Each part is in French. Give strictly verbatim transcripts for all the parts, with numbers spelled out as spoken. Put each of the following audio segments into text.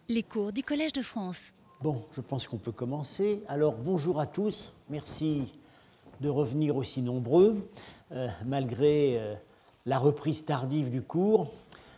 Les cours du Collège de France. Bon, je pense qu'on peut commencer. Alors, bonjour à tous. Merci de revenir aussi nombreux, euh, malgré euh, la reprise tardive du cours,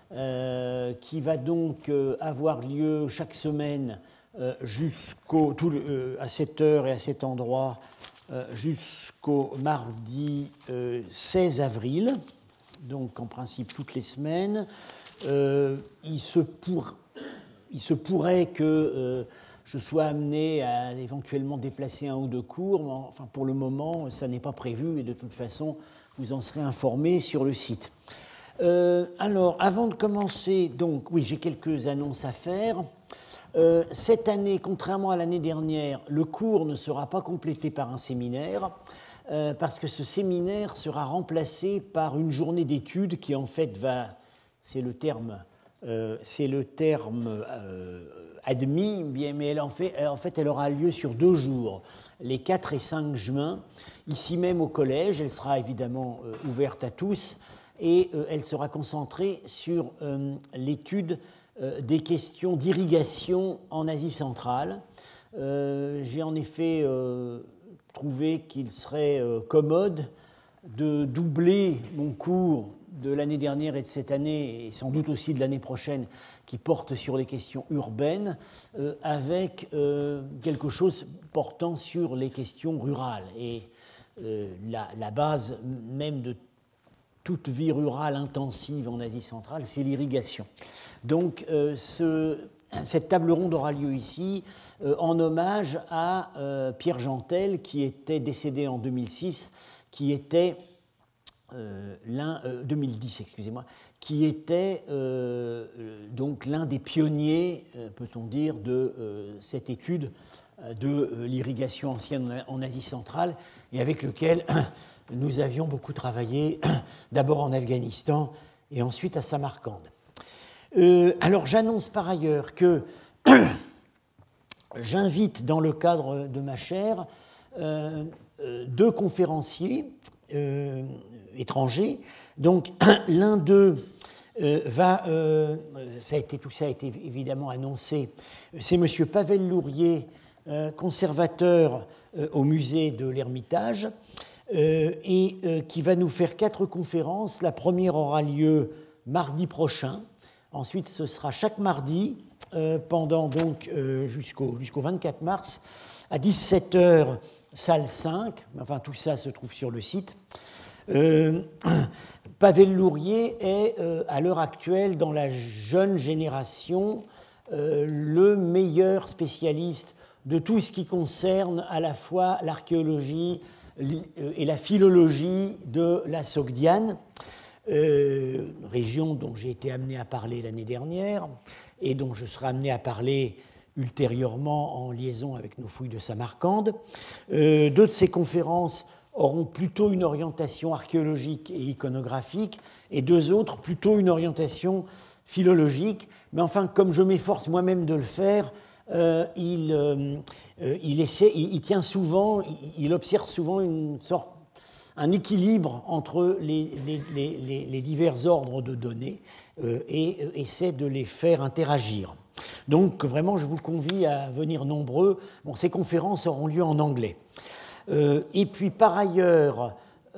euh, qui va donc euh, avoir lieu chaque semaine euh, jusqu'au, tout, euh, à cette heure et à cet endroit euh, jusqu'au mardi euh, seize avril, donc en principe toutes les semaines. Euh, il se pour, il se pourrait que euh, je sois amené à éventuellement déplacer un ou deux cours, mais enfin, pour le moment, ça n'est pas prévu et de toute façon, vous en serez informés sur le site. Euh, alors, avant de commencer, donc, oui, j'ai quelques annonces à faire. Euh, cette année, contrairement à l'année dernière, le cours ne sera pas complété par un séminaire, euh, parce que ce séminaire sera remplacé par une journée d'études qui, en fait, va, c'est le terme... Euh, c'est le terme euh, admis, bien, mais elle en, fait, elle, en fait, elle aura lieu sur deux jours, les quatre et cinq juin, ici même au collège. Elle sera évidemment euh, ouverte à tous et euh, elle sera concentrée sur euh, l'étude euh, des questions d'irrigation en Asie centrale. Euh, j'ai en effet euh, trouvé qu'il serait euh, commode de doubler mon cours de l'année dernière et de cette année, et sans doute aussi de l'année prochaine, qui porte sur les questions urbaines, euh, avec euh, quelque chose portant sur les questions rurales. Et euh, la, la base même de toute vie rurale intensive en Asie centrale, c'est l'irrigation. Donc euh, ce, cette table ronde aura lieu ici euh, en hommage à euh, Pierre Gentel, qui était décédé en deux mille six, qui était... Euh, l'un, euh, deux mille dix, excusez-moi, qui était euh, donc l'un des pionniers, euh, peut-on dire, de euh, cette étude euh, de euh, l'irrigation ancienne en Asie centrale, et avec lequel nous avions beaucoup travaillé, d'abord en Afghanistan et ensuite à Samarcande. Euh, alors j'annonce par ailleurs que j'invite dans le cadre de ma chaire euh, deux conférenciers euh, étrangers. Donc l'un d'eux euh, va, euh, ça a été, tout ça a été évidemment annoncé, c'est M. Pavel Lourier, euh, conservateur euh, au musée de l'Ermitage, euh, et euh, qui va nous faire quatre conférences. La première aura lieu mardi prochain. Ensuite, ce sera chaque mardi euh, pendant donc euh, jusqu'au, jusqu'au vingt-quatre mars à dix-sept heures, salle cinq. Enfin, tout ça se trouve sur le site. Euh, Pavel Lourier est, euh, à l'heure actuelle, dans la jeune génération, euh, le meilleur spécialiste de tout ce qui concerne à la fois l'archéologie et la philologie de la Sogdiane, euh, région dont j'ai été amené à parler l'année dernière et dont je serai amené à parler ultérieurement en liaison avec nos fouilles de Samarcande. Euh, deux de ces conférences auront plutôt une orientation archéologique et iconographique, et deux autres plutôt une orientation philologique. Mais enfin, comme je m'efforce moi-même de le faire, euh, il, euh, il, essaie, il, il tient souvent, il, il observe souvent une sorte, un équilibre entre les, les, les, les divers ordres de données euh, et euh, essaie de les faire interagir. Donc vraiment, je vous convie à venir nombreux. Bon, ces conférences auront lieu en anglais. Euh, et puis par ailleurs,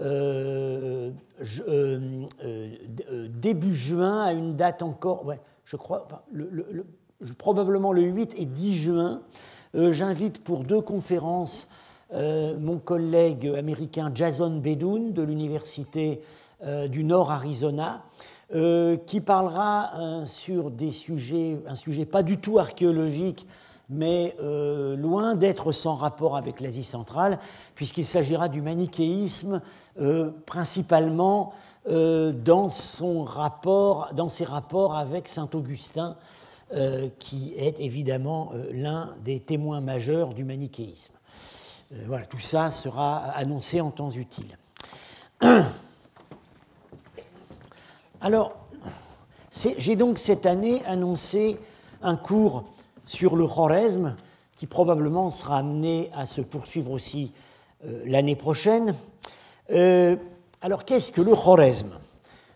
euh, je, euh, euh, début juin, à une date encore, ouais, je crois, enfin, le, le, le, probablement le huit et dix juin, euh, j'invite pour deux conférences euh, mon collègue américain Jason Bedoun de l'Université euh, du Nord Arizona, euh, qui parlera euh, sur des sujets, un sujet pas du tout archéologique, mais euh, loin d'être sans rapport avec l'Asie centrale, puisqu'il s'agira du manichéisme, euh, principalement euh, dans, son rapport, dans ses rapports avec saint Augustin, euh, qui est évidemment euh, l'un des témoins majeurs du manichéisme. Euh, voilà, tout ça sera annoncé en temps utile. Alors, j'ai donc cette année annoncé un cours sur le Khwarezm, qui probablement sera amené à se poursuivre aussi euh, l'année prochaine. Euh, alors, qu'est-ce que le Khwarezm ?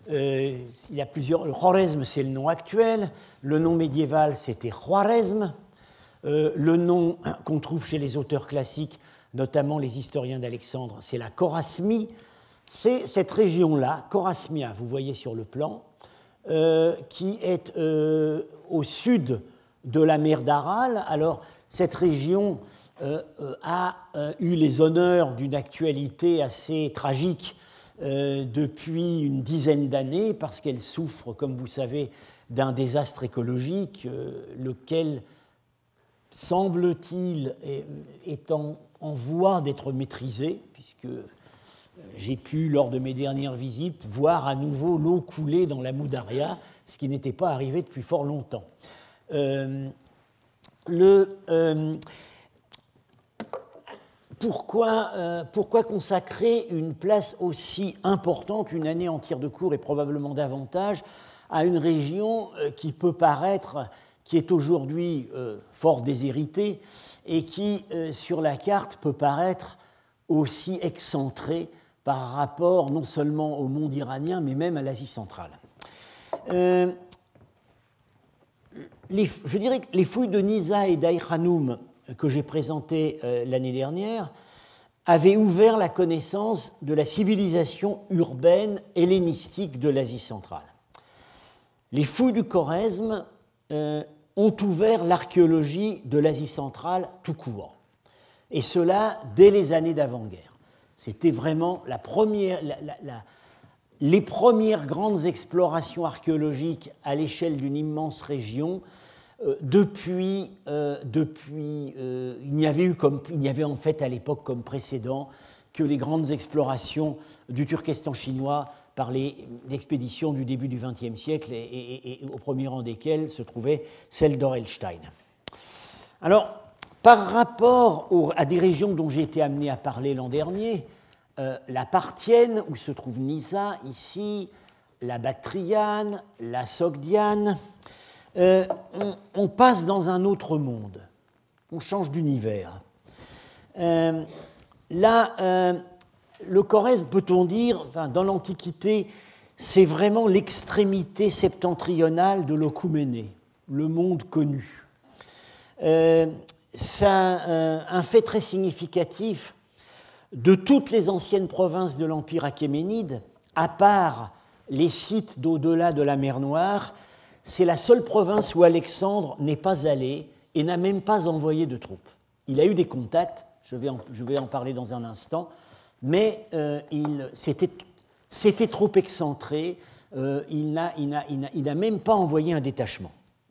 Euh, il y a plusieurs. Le Khwarezm, c'est le nom actuel. Le nom médiéval, c'était Khwarezm. Euh, le nom qu'on trouve chez les auteurs classiques, notamment les historiens d'Alexandre, c'est la Chorasmie. C'est cette région-là, Chorasmia, vous voyez sur le plan, euh, qui est euh, au sud de la mer d'Aral. Alors, cette région euh, euh, a euh, eu les honneurs d'une actualité assez tragique euh, depuis une dizaine d'années, parce qu'elle souffre, comme vous savez, d'un désastre écologique, euh, lequel, semble-t-il, est, est en, en voie d'être maîtrisé, puisque j'ai pu, lors de mes dernières visites, voir à nouveau l'eau couler dans la Moudaria, ce qui n'était pas arrivé depuis fort longtemps. Euh, le, euh, pourquoi, euh, pourquoi consacrer une place aussi importante, une année entière de cours et probablement davantage, à une région euh, qui peut paraître, qui est aujourd'hui euh, fort déshéritée et qui, euh, sur la carte, peut paraître aussi excentrée par rapport non seulement au monde iranien, mais même à l'Asie centrale. Euh, les, je dirais que les fouilles de Nisa et d'Aï-Khanoum que j'ai présentées euh, l'année dernière avaient ouvert la connaissance de la civilisation urbaine hellénistique de l'Asie centrale. Les fouilles du Khwarezm euh, ont ouvert l'archéologie de l'Asie centrale tout court, et cela dès les années d'avant-guerre. C'était vraiment la première, la, la, la, les premières grandes explorations archéologiques à l'échelle d'une immense région. Euh, depuis, euh, depuis euh, il n'y avait eu comme, il n'y avait en fait à l'époque comme précédent que les grandes explorations du Turkestan chinois par les expéditions du début du vingtième siècle et, et, et au premier rang desquelles se trouvait celle d'Orelstein. Alors, par rapport aux, à des régions dont j'ai été amené à parler l'an dernier, euh, la Parthienne, où se trouve Nisa, ici, la Bactriane, la Sogdiane, euh, on, on passe dans un autre monde, on change d'univers. Euh, là, euh, le Khwarezm, peut-on dire, enfin, dans l'Antiquité, c'est vraiment l'extrémité septentrionale de l'Okoumène, le monde connu. Euh, C'est un, un fait très significatif de toutes les anciennes provinces de l'Empire achéménide, à part les sites d'au-delà de la mer Noire. C'est la seule province où Alexandre n'est pas allé et n'a même pas envoyé de troupes. Il a eu des contacts, je vais en, je vais en parler dans un instant, mais euh, il, c'était, c'était trop excentré, euh, il, n'a, il, n'a, il, n'a, il n'a même pas envoyé un détachement.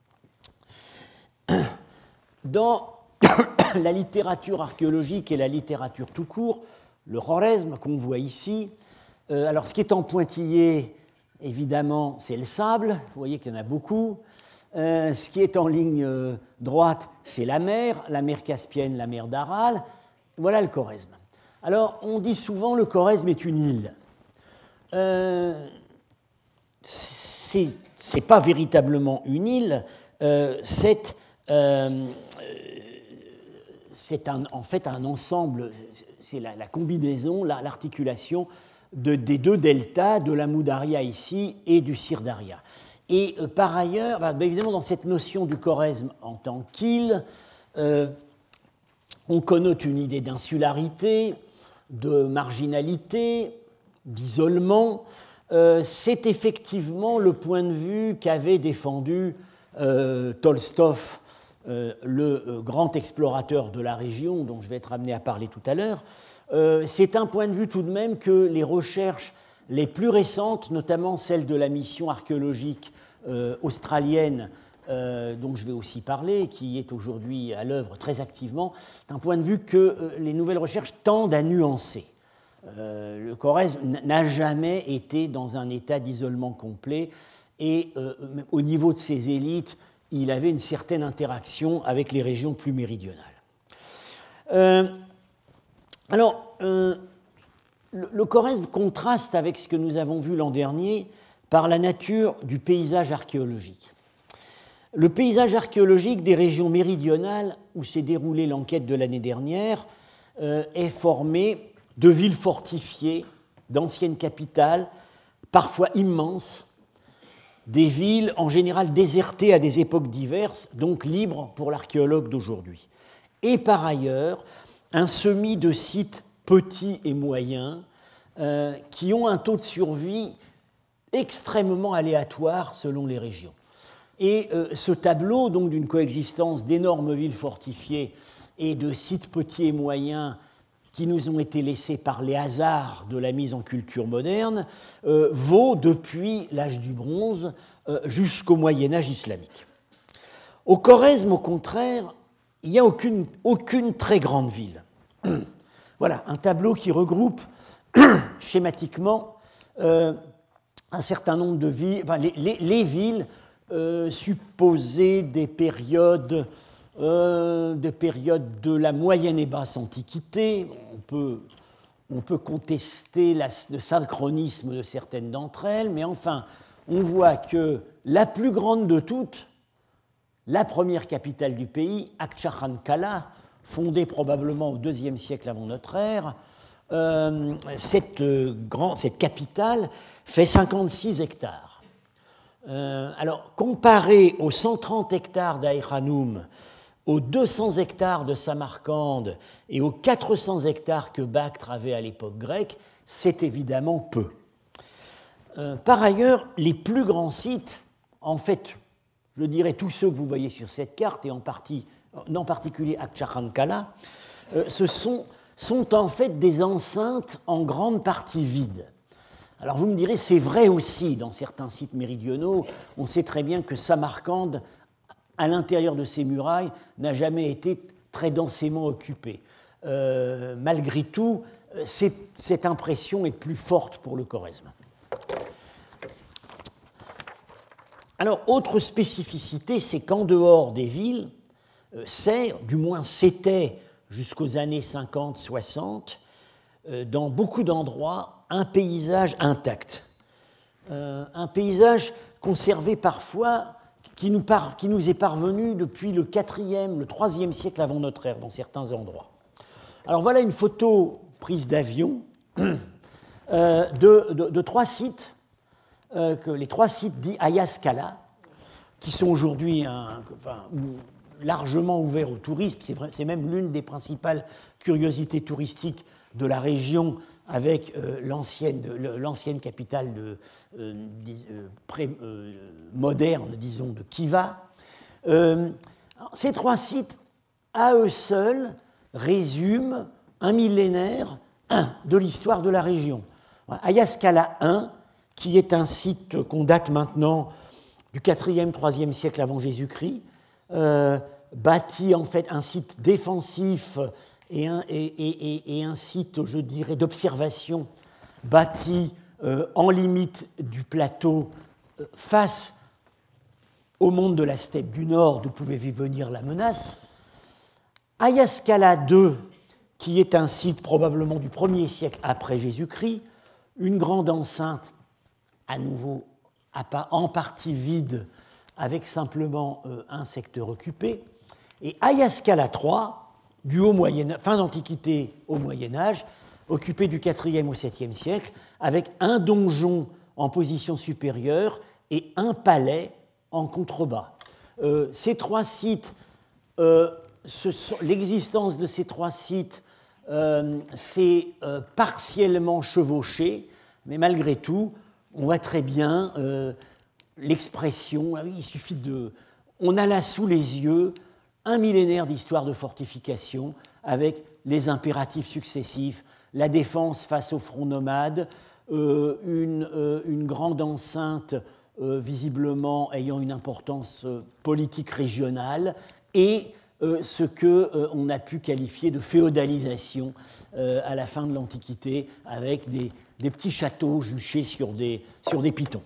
Dans la littérature archéologique et la littérature tout court, le Khwarezm qu'on voit ici, euh, alors ce qui est en pointillé, évidemment, c'est le sable, vous voyez qu'il y en a beaucoup. Euh, ce qui est en ligne euh, droite, c'est la mer, la mer Caspienne, la mer d'Aral. Voilà le Khwarezm. Alors, on dit souvent le Khwarezm est une île. Euh, c'est, c'est pas véritablement une île, euh, c'est euh, c'est un, en fait un ensemble, c'est la, la combinaison, la, l'articulation de, des deux deltas, de la Moudaria ici et du Sirdaria. Et euh, par ailleurs, bah, bah, évidemment, dans cette notion du Khwarezm en tant qu'île, euh, on connote une idée d'insularité, de marginalité, d'isolement. Euh, c'est effectivement le point de vue qu'avait défendu euh, Tolstov, Euh, le euh, grand explorateur de la région, dont je vais être amené à parler tout à l'heure. Euh, c'est un point de vue tout de même que les recherches les plus récentes, notamment celles de la mission archéologique euh, australienne, euh, dont je vais aussi parler, qui est aujourd'hui à l'œuvre très activement, c'est un point de vue que euh, les nouvelles recherches tendent à nuancer. Euh, le Khwarezm n'a jamais été dans un état d'isolement complet et euh, au niveau de ses élites, il avait une certaine interaction avec les régions plus méridionales. Euh, alors, euh, le, le Khwarezm contraste avec ce que nous avons vu l'an dernier par la nature du paysage archéologique. Le paysage archéologique des régions méridionales où s'est déroulée l'enquête de l'année dernière euh, est formé de villes fortifiées, d'anciennes capitales, parfois immenses, des villes en général désertées à des époques diverses, donc libres pour l'archéologue d'aujourd'hui. Et par ailleurs, un semis de sites petits et moyens euh, qui ont un taux de survie extrêmement aléatoire selon les régions. Et euh, ce tableau donc d'une coexistence d'énormes villes fortifiées et de sites petits et moyens qui nous ont été laissés par les hasards de la mise en culture moderne, euh, vaut depuis l'âge du bronze euh, jusqu'au Moyen-Âge islamique. Au Khorezm, au contraire, il n'y a aucune, aucune très grande ville. Voilà, un tableau qui regroupe schématiquement euh, un certain nombre de villes, enfin, les, les, les villes euh, supposées des périodes Euh, de périodes de la moyenne et basse antiquité. On peut, on peut contester la, le synchronisme de certaines d'entre elles, mais enfin, on voit que la plus grande de toutes, la première capitale du pays, Akçakhan-Kala, fondée probablement au deuxième siècle avant notre ère, euh, cette, euh, grand, cette capitale fait cinquante-six hectares. Euh, alors, comparé aux cent trente hectares d'Aïr-Hanoum, aux deux cents hectares de Samarcande et aux quatre cents hectares que Bactre avait à l'époque grecque, c'est évidemment peu. Euh, par ailleurs, les plus grands sites, en fait, je dirais tous ceux que vous voyez sur cette carte, et en, partie, en particulier Akçakhan-Kala, euh, ce sont, sont en fait des enceintes en grande partie vides. Alors vous me direz, c'est vrai aussi dans certains sites méridionaux, on sait très bien que Samarcande, à l'intérieur de ces murailles, n'a jamais été très densément occupée. Euh, malgré tout, cette impression est plus forte pour le Khorezm. Alors, autre spécificité, c'est qu'en dehors des villes, c'est, du moins c'était jusqu'aux années cinquante soixante, dans beaucoup d'endroits, un paysage intact. Euh, un paysage conservé parfois Qui nous, par, qui nous est parvenu depuis le quatrième, le troisième siècle avant notre ère, dans certains endroits. Alors voilà une photo prise d'avion euh, de, de, de trois sites, euh, que les trois sites dits Ayaskala, qui sont aujourd'hui un, enfin, largement ouverts au tourisme. C'est, vrai, c'est même l'une des principales curiosités touristiques de la région, avec euh, l'ancienne, de, l'ancienne capitale de, euh, dis, euh, pré, euh, moderne, disons, de Khiva. Euh, ces trois sites, à eux seuls, résument un millénaire de l'histoire de la région. Ayaskala un, qui est un site qu'on date maintenant du quatrième troisième siècle avant Jésus-Christ, euh, bâti en fait un site défensif Et un, et, et, et un site, je dirais, d'observation bâti euh, en limite du plateau euh, face au monde de la steppe du Nord d'où pouvait venir la menace. Ayaskala deux, qui est un site probablement du premier siècle après Jésus-Christ, une grande enceinte, à nouveau en partie vide, avec simplement euh, un secteur occupé. Et Ayaskala trois, du haut Moyen, fin d'Antiquité au Moyen-Âge, occupé du quatrième au septième siècle, avec un donjon en position supérieure et un palais en contrebas. Euh, ces trois sites, euh, ce sont, l'existence de ces trois sites euh, s'est euh, partiellement chevauchée, mais malgré tout, on voit très bien euh, l'expression, il suffit de... On a là sous les yeux un millénaire d'histoire de fortification avec les impératifs successifs, la défense face aux fronts nomades, euh, une, euh, une grande enceinte euh, visiblement ayant une importance euh, politique régionale et euh, ce qu'on euh, a pu qualifier de féodalisation euh, à la fin de l'Antiquité avec des, des petits châteaux juchés sur des, sur des pitons.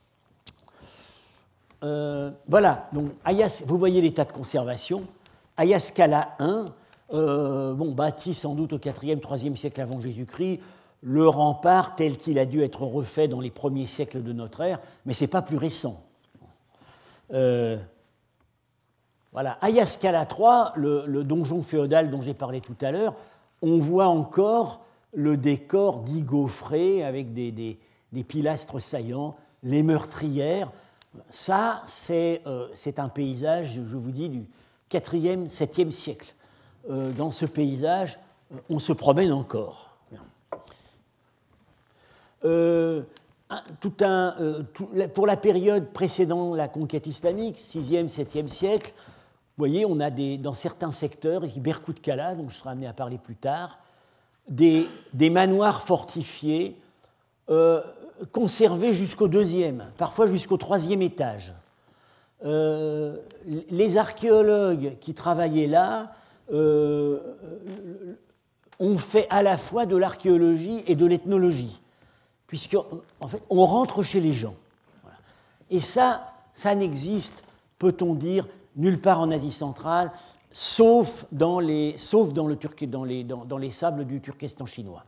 Euh, voilà, donc Ayas, vous voyez l'état de conservation. Ayaskala un, euh, bon, bâti sans doute au quatrième troisième siècle avant Jésus-Christ, le rempart tel qu'il a dû être refait dans les premiers siècles de notre ère, mais ce n'est pas plus récent. Euh, voilà, Ayaskala trois, le, le donjon féodal dont j'ai parlé tout à l'heure, on voit encore le décor dit gaufré avec des, des, des pilastres saillants, les meurtrières. Ça, c'est euh, un paysage, je vous dis, du quatrième, septième siècle. Euh, dans ce paysage, on se promène encore. Euh, un, tout un, euh, tout, pour la période précédant la conquête islamique, sixième, septième siècle, vous voyez, on a des, dans certains secteurs, Berkout Kala, dont je serai amené à parler plus tard, des, des manoirs fortifiés euh, conservés jusqu'au deuxième, parfois jusqu'au troisième étage. Euh, les archéologues qui travaillaient là euh, ont fait à la fois de l'archéologie et de l'ethnologie, puisqu'en fait, on rentre chez les gens. Voilà. Et ça, ça n'existe, peut-on dire, nulle part en Asie centrale, sauf dans les, sauf dans, le Turc, dans, les, dans, dans les sables du Turkestan chinois.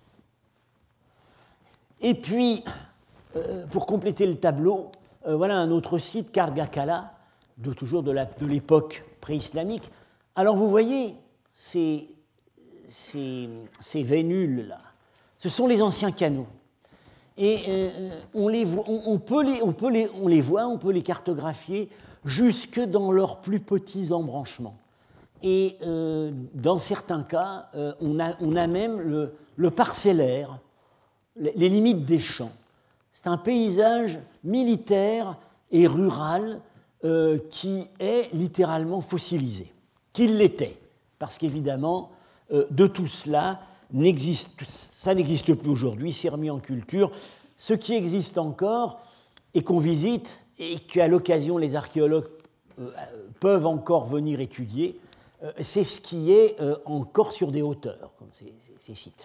Et puis, euh, pour compléter le tableau, euh, voilà un autre site, Kargakala, de, toujours de l'époque pré-islamique. Alors vous voyez, ces, ces, ces vénules-là, ce sont les anciens canaux. Et euh, on, les voit, on, on, peut les, on, peut les, on les voit, on peut les cartographier jusque dans leurs plus petits embranchements. Et euh, dans certains cas, euh, on, a, on a même le, le parcellaire, les, les limites des champs. C'est un paysage militaire et rural euh, qui est littéralement fossilisé, qu'il l'était, parce qu'évidemment, euh, de tout cela, n'existe, ça n'existe plus aujourd'hui, c'est remis en culture. Ce qui existe encore et qu'on visite et qu'à l'occasion les archéologues euh, peuvent encore venir étudier, euh, c'est ce qui est euh, encore sur des hauteurs, comme ces, ces sites.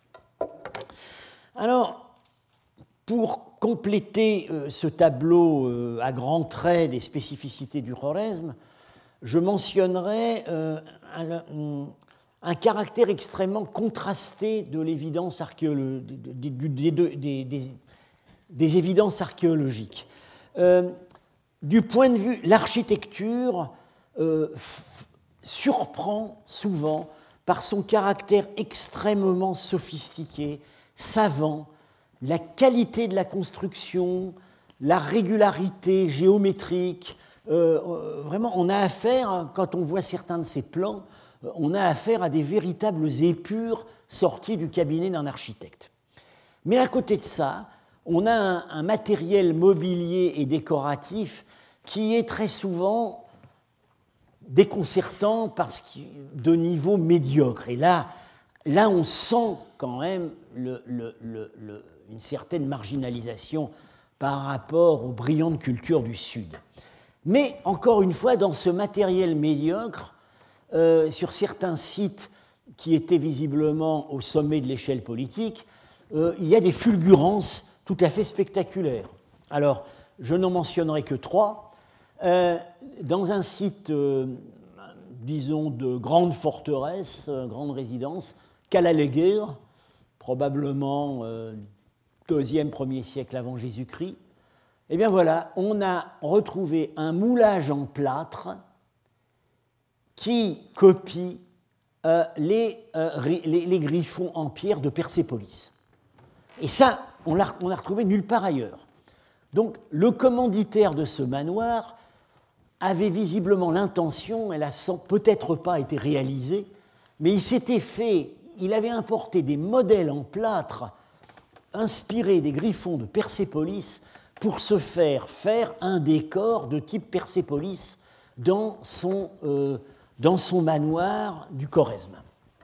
Alors, pour compléter euh, ce tableau euh, à grands traits des spécificités du Khwarezm, je mentionnerai euh, un, un caractère extrêmement contrasté de l'évidence archéologique, des, des, des, des, des évidences archéologiques. Euh, du point de vue, l'architecture euh, surprend souvent par son caractère extrêmement sophistiqué, savant, la qualité de la construction, la régularité géométrique. Euh, vraiment, on a affaire, quand on voit certains de ces plans, on a affaire à des véritables épures sorties du cabinet d'un architecte. Mais à côté de ça, on a un, un matériel mobilier et décoratif qui est très souvent déconcertant parce que de niveau médiocre. Et là, là on sent quand même le, le, le, le, une certaine marginalisation par rapport aux brillantes cultures du Sud. Mais encore une fois, dans ce matériel médiocre, euh, sur certains sites qui étaient visiblement au sommet de l'échelle politique, euh, il y a des fulgurances tout à fait spectaculaires. Alors, je n'en mentionnerai que trois. Euh, dans un site, euh, disons, de grande forteresse, euh, grande résidence, Kalalegir, probablement euh, deuxième, premier siècle avant Jésus-Christ, eh bien voilà, on a retrouvé un moulage en plâtre qui copie euh, les, euh, les, les griffons en pierre de Persépolis. Et ça, on l'a, on l'a retrouvé nulle part ailleurs. Donc, le commanditaire de ce manoir avait visiblement l'intention, elle n'a peut-être pas été réalisée, mais il s'était fait, il avait importé des modèles en plâtre inspirés des griffons de Persépolis pour se faire faire un décor de type Persépolis dans son, euh, dans son manoir du Khwarezm.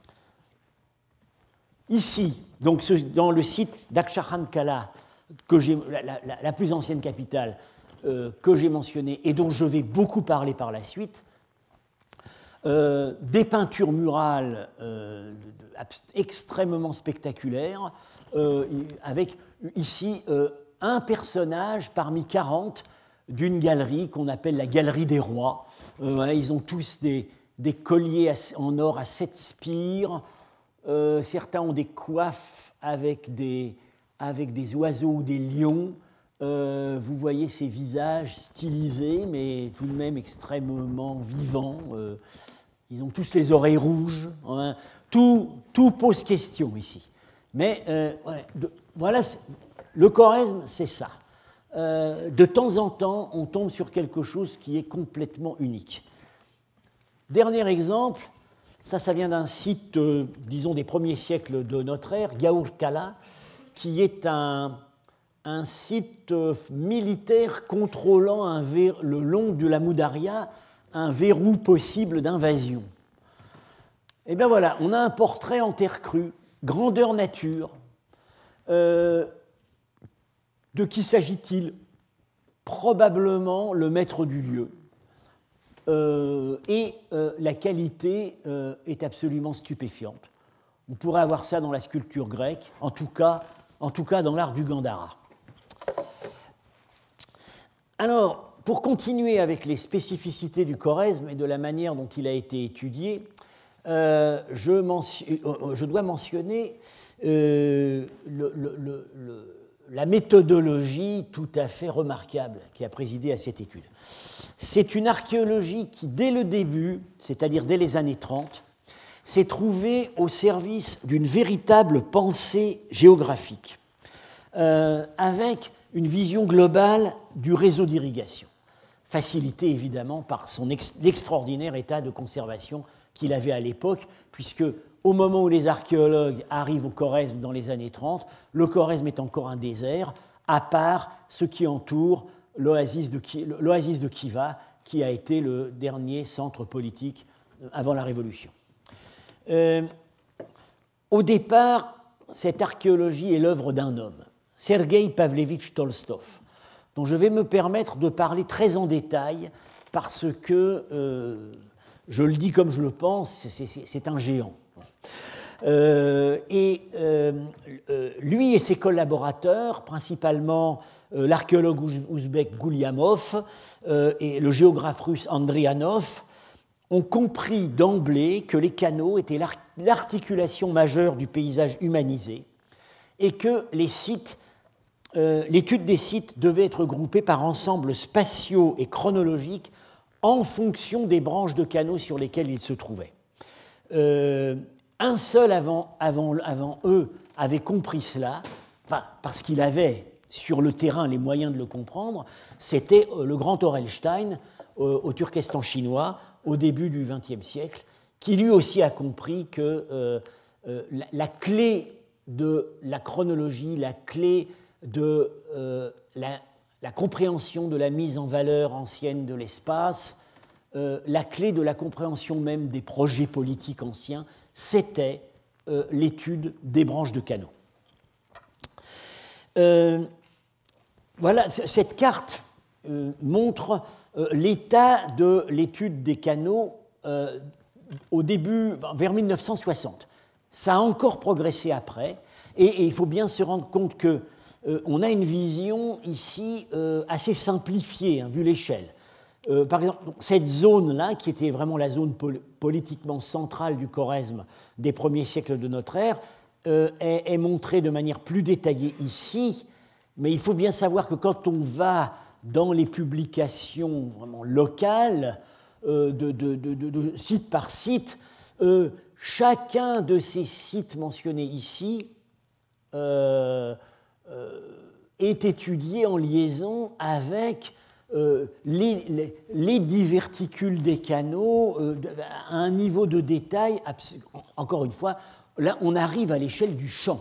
Ici, donc ce, dans le site d'Akshahan Kala, que j'ai, la, la, la plus ancienne capitale euh, que j'ai mentionnée et dont je vais beaucoup parler par la suite, euh, des peintures murales euh, de, de, extrêmement spectaculaires, euh, avec ici euh, un personnage parmi quarante d'une galerie qu'on appelle la Galerie des Rois. Euh, ils ont tous des, des colliers en or à sept spires. Euh, certains ont des coiffes avec des, avec des oiseaux ou des lions. Euh, vous voyez ces visages stylisés, mais tout de même extrêmement vivants. Euh, ils ont tous les oreilles rouges. Hein. Tout, tout pose question ici. Mais euh, ouais, de, voilà le Khwarezm, c'est ça. Euh, de temps en temps, on tombe sur quelque chose qui est complètement unique. Dernier exemple, ça, ça vient d'un site, euh, disons, des premiers siècles de notre ère, Gaur Kala, qui est un, un site euh, militaire contrôlant un ver, le long de la Moudaria un verrou possible d'invasion. Et bien voilà, on a un portrait en terre crue, grandeur nature. Euh, de qui s'agit-il? Probablement le maître du lieu. Euh, et euh, la qualité euh, est absolument stupéfiante. On pourrait avoir ça dans la sculpture grecque, en tout cas, en tout cas dans l'art du Gandhara. Alors, pour continuer avec les spécificités du Khwarezm et de la manière dont il a été étudié, euh, je, mention, euh, je dois mentionner euh, le, le, le, le, la méthodologie tout à fait remarquable qui a présidé à cette étude. C'est une archéologie qui, dès le début, c'est-à-dire dès les années trente, s'est trouvée au service d'une véritable pensée géographique, euh, avec une vision globale du réseau d'irrigation, facilitée évidemment par son ex- l'extraordinaire état de conservation qu'il avait à l'époque, puisque au moment où les archéologues arrivent au Khwarezm dans les années trente, le Khwarezm est encore un désert, à part ce qui entoure l'oasis de, l'oasis de Khiva, qui a été le dernier centre politique avant la Révolution. Euh, au départ, cette archéologie est l'œuvre d'un homme, Sergueï Pavlevitch Tolstov, dont je vais me permettre de parler très en détail parce que, euh, je le dis comme je le pense, c'est, c'est, c'est un géant. Euh, et euh, euh, lui et ses collaborateurs, principalement euh, l'archéologue ouzbek Gouliamov euh, et le géographe russe Andrianov, ont compris d'emblée que les canaux étaient l'ar- l'articulation majeure du paysage humanisé et que les sites, euh, l'étude des sites devait être groupée par ensembles spatiaux et chronologiques en fonction des branches de canaux sur lesquelles ils se trouvaient. Euh, un seul avant, avant, avant eux avait compris cela, enfin, parce qu'il avait sur le terrain les moyens de le comprendre, c'était le grand Orelstein euh, au Turkestan chinois au début du vingtième siècle, qui lui aussi a compris que euh, euh, la, la clé de la chronologie, la clé de euh, la, la compréhension de la mise en valeur ancienne de l'espace, euh, la clé de la compréhension même des projets politiques anciens, c'était euh, l'étude des branches de canaux. Euh, voilà, cette carte euh, montre euh, l'état de l'étude des canaux euh, au début, vers mille neuf cent soixante. Ça a encore progressé après, et, et il faut bien se rendre compte que euh, on a une vision ici euh, assez simplifiée, hein, vu l'échelle. Euh, par exemple, cette zone-là, qui était vraiment la zone pol- politiquement centrale du Khwarezm des premiers siècles de notre ère, euh, est, est montrée de manière plus détaillée ici, mais il faut bien savoir que quand on va dans les publications vraiment locales, euh, de, de, de, de, de site par site, euh, chacun de ces sites mentionnés ici euh, euh, est étudié en liaison avec euh, les, les, les diverticules des canaux euh, à un niveau de détail, encore une fois, là on arrive à l'échelle du champ.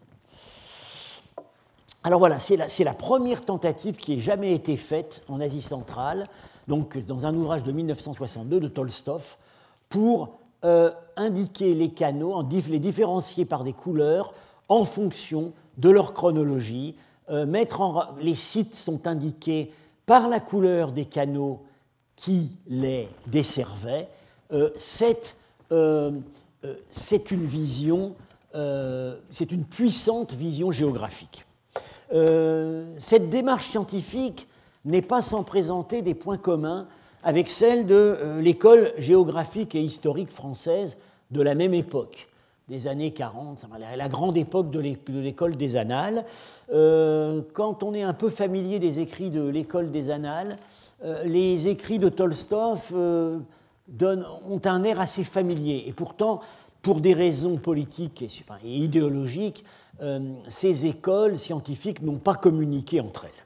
Alors voilà, c'est la, c'est la première tentative qui ait jamais été faite en Asie centrale, donc dans un ouvrage de mille neuf cent soixante-deux de Tolstov, pour euh, indiquer les canaux, en dif- les différencier par des couleurs en fonction de leur chronologie. Euh, mettre en, les sites sont indiqués par la couleur des canaux qui les desservaient. Euh, c'est, euh, euh, c'est une vision, euh, c'est une puissante vision géographique. Euh, cette démarche scientifique n'est pas sans présenter des points communs avec celle de euh, l'école géographique et historique française de la même époque, des années quarante, la grande époque de l'école des Annales. Euh, quand on est un peu familier des écrits de l'école des Annales, euh, les écrits de Tolstov euh, donnent, ont un air assez familier. Et pourtant, pour des raisons politiques et, enfin, et idéologiques, euh, ces écoles scientifiques n'ont pas communiqué entre elles.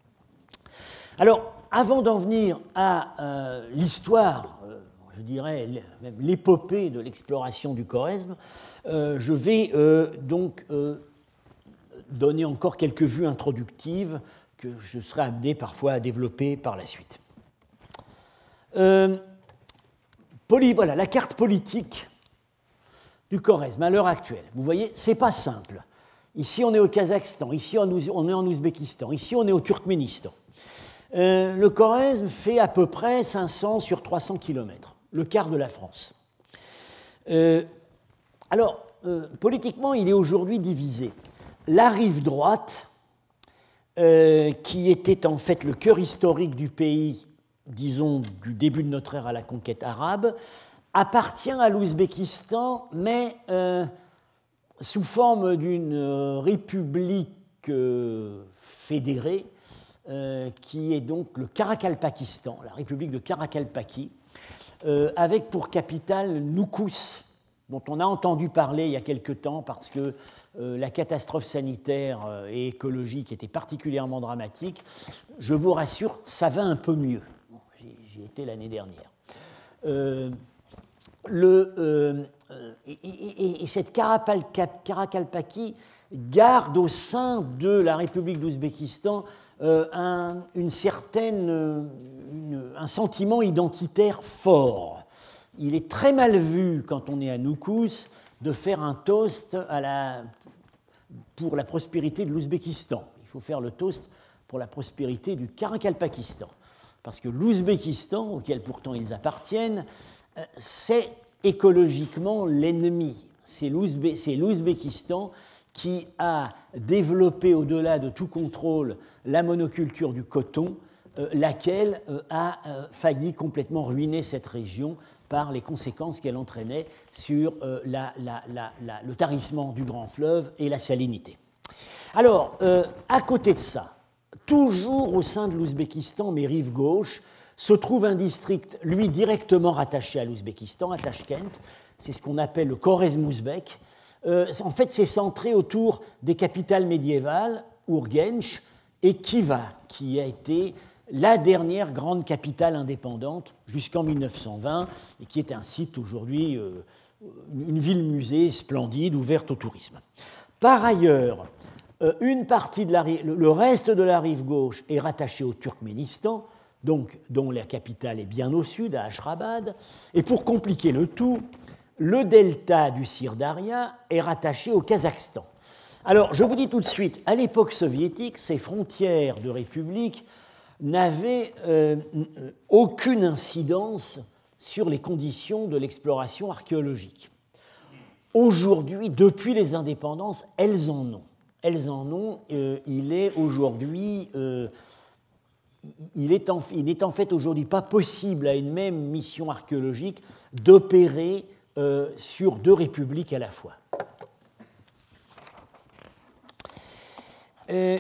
Alors, avant d'en venir à euh, l'histoire, euh, je dirais même l'épopée de l'exploration du Khwarezm, euh, je vais euh, donc euh, donner encore quelques vues introductives que je serai amené parfois à développer par la suite. Euh, poly, voilà, la carte politique du Khwarezm à l'heure actuelle. Vous voyez, c'est pas simple. Ici, on est au Kazakhstan, ici, on est en Ouzbékistan, ici, on est au Turkménistan. Euh, le Khwarezm fait à peu près cinq cents sur trois cents kilomètres, le quart de la France. Euh, alors, euh, politiquement, il est aujourd'hui divisé. La rive droite, euh, qui était en fait le cœur historique du pays, disons du début de notre ère à la conquête arabe, appartient à l'Ouzbékistan, mais euh, sous forme d'une euh, république euh, fédérée, Euh, qui est donc le Karakalpakistan, la République de Karakalpaki, euh, avec pour capitale Noukous, dont on a entendu parler il y a quelque temps parce que euh, la catastrophe sanitaire euh, et écologique était particulièrement dramatique. Je vous rassure, ça va un peu mieux. Bon, j'y ai été l'année dernière. Euh, le, euh, et, et, et cette Karakalpaki garde au sein de la République d'Ouzbékistan Euh, un, une certaine, une, un sentiment identitaire fort. Il est très mal vu quand on est à Noukous de faire un toast à la, pour la prospérité de l'Ouzbékistan. Il faut faire le toast pour la prospérité du Karakalpakistan. Parce que l'Ouzbékistan, auquel pourtant ils appartiennent, c'est écologiquement l'ennemi. C'est l'Ouzbé, c'est l'Ouzbékistan qui a développé au-delà de tout contrôle la monoculture du coton, euh, laquelle euh, a euh, failli complètement ruiner cette région par les conséquences qu'elle entraînait sur euh, la, la, la, la, le tarissement du grand fleuve et la salinité. Alors, euh, à côté de ça, toujours au sein de l'Ouzbékistan, mais rive gauche, se trouve un district, lui, directement rattaché à l'Ouzbékistan, à Tachkent. C'est ce qu'on appelle le Khwarezm ouzbek. Euh, en fait, c'est centré autour des capitales médiévales, Urgench et Khiva, qui a été la dernière grande capitale indépendante jusqu'en mille neuf cent vingt et qui est un site aujourd'hui, euh, une ville-musée splendide, ouverte au tourisme. Par ailleurs, euh, une partie de la, le reste de la rive gauche est rattaché au Turkménistan, donc, dont la capitale est bien au sud, à Ashrabad, et pour compliquer le tout, le delta du Syrdaria est rattaché au Kazakhstan. Alors, je vous dis tout de suite, à l'époque soviétique, ces frontières de république n'avaient euh, aucune incidence sur les conditions de l'exploration archéologique. Aujourd'hui, depuis les indépendances, elles en ont. Elles en ont. Euh, il est aujourd'hui... Euh, il est, en, il n'est en fait aujourd'hui pas possible à une même mission archéologique d'opérer Euh, sur deux républiques à la fois. Euh,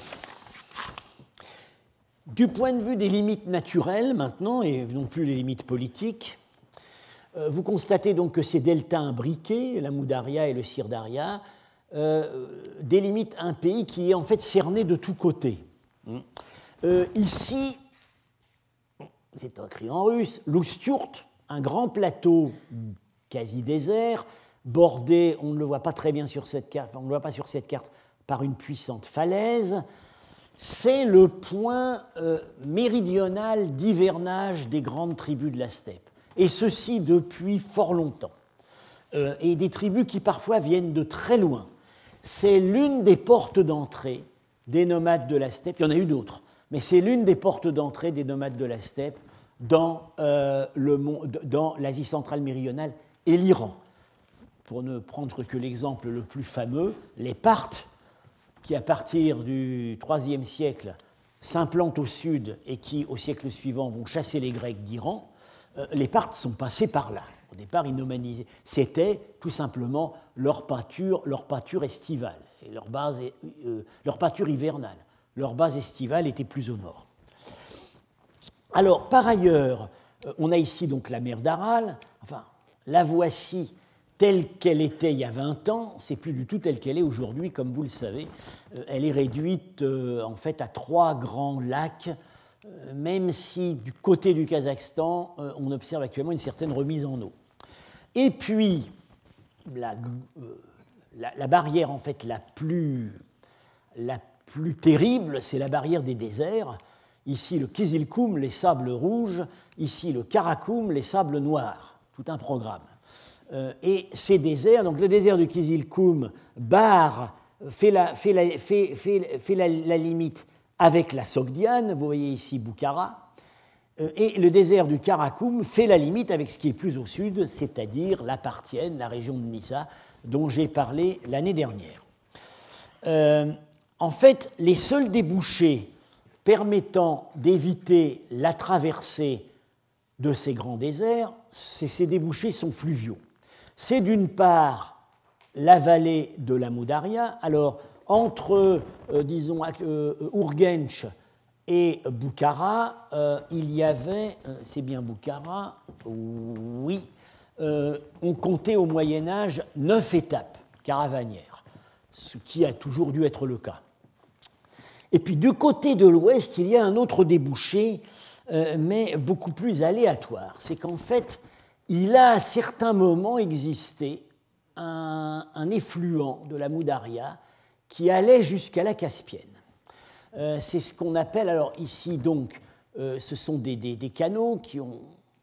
du point de vue des limites naturelles maintenant, et non plus les limites politiques, euh, vous constatez donc que ces deltas imbriqués, la Moudaria et le Syrdaria, euh, délimitent un pays qui est en fait cerné de tous côtés. Euh, ici, c'est écrit en russe, l'Oustyourt, un grand plateau quasi désert, bordé, on ne le voit pas très bien sur cette carte, on ne le voit pas sur cette carte, par une puissante falaise. C'est le point euh, méridional d'hivernage des grandes tribus de la steppe, et ceci depuis fort longtemps. Euh, et des tribus qui parfois viennent de très loin. C'est l'une des portes d'entrée des nomades de la steppe, il y en a eu d'autres, mais c'est l'une des portes d'entrée des nomades de la steppe dans, euh, le, dans l'Asie centrale méridionale et l'Iran. Pour ne prendre que l'exemple le plus fameux, les Parthes, qui à partir du troisième siècle s'implantent au sud et qui au siècle suivant vont chasser les Grecs d'Iran, euh, les Parthes sont passés par là. Au départ, ils nomadisaient. C'était tout simplement leur pâture, leur pâture estivale, et leur, base, euh, leur pâture hivernale. Leur base estivale était plus au nord. Alors, par ailleurs, euh, on a ici donc la mer d'Aral, enfin, la voici telle qu'elle était il y a vingt ans, c'est plus du tout telle qu'elle est aujourd'hui, comme vous le savez. Euh, elle est réduite euh, en fait à trois grands lacs, euh, même si du côté du Kazakhstan, euh, on observe actuellement une certaine remise en eau. Et puis, la, euh, la, la barrière en fait la plus, la plus terrible, c'est la barrière des déserts. Ici, le Kizilkoum, les sables rouges. Ici, le Karakoum, les sables noirs. Tout un programme. Euh, et ces déserts, donc le désert du Kizilkoum barre, fait, la, fait, la, fait, fait, fait la, la limite avec la Sogdiane. Vous voyez ici Boukhara. Euh, et le désert du Karakoum fait la limite avec ce qui est plus au sud, c'est-à-dire la Parthienne, la région de Nissa, dont j'ai parlé l'année dernière. Euh, en fait, les seuls débouchés permettant d'éviter la traversée de ces grands déserts, ces débouchés sont fluviaux. C'est d'une part la vallée de la Moudaria. Alors, entre, euh, disons, euh, Urgench et Boukhara, euh, il y avait, euh, c'est bien Boukhara, oui, euh, on comptait au Moyen-Âge neuf étapes caravanières, ce qui a toujours dû être le cas. Et puis du côté de l'ouest, il y a un autre débouché, euh, mais beaucoup plus aléatoire. C'est qu'en fait, il a à certains moments existé un, un effluent de la Moudaria qui allait jusqu'à la Caspienne. Euh, c'est ce qu'on appelle, alors ici donc, euh, ce sont des, des, des canaux qui ont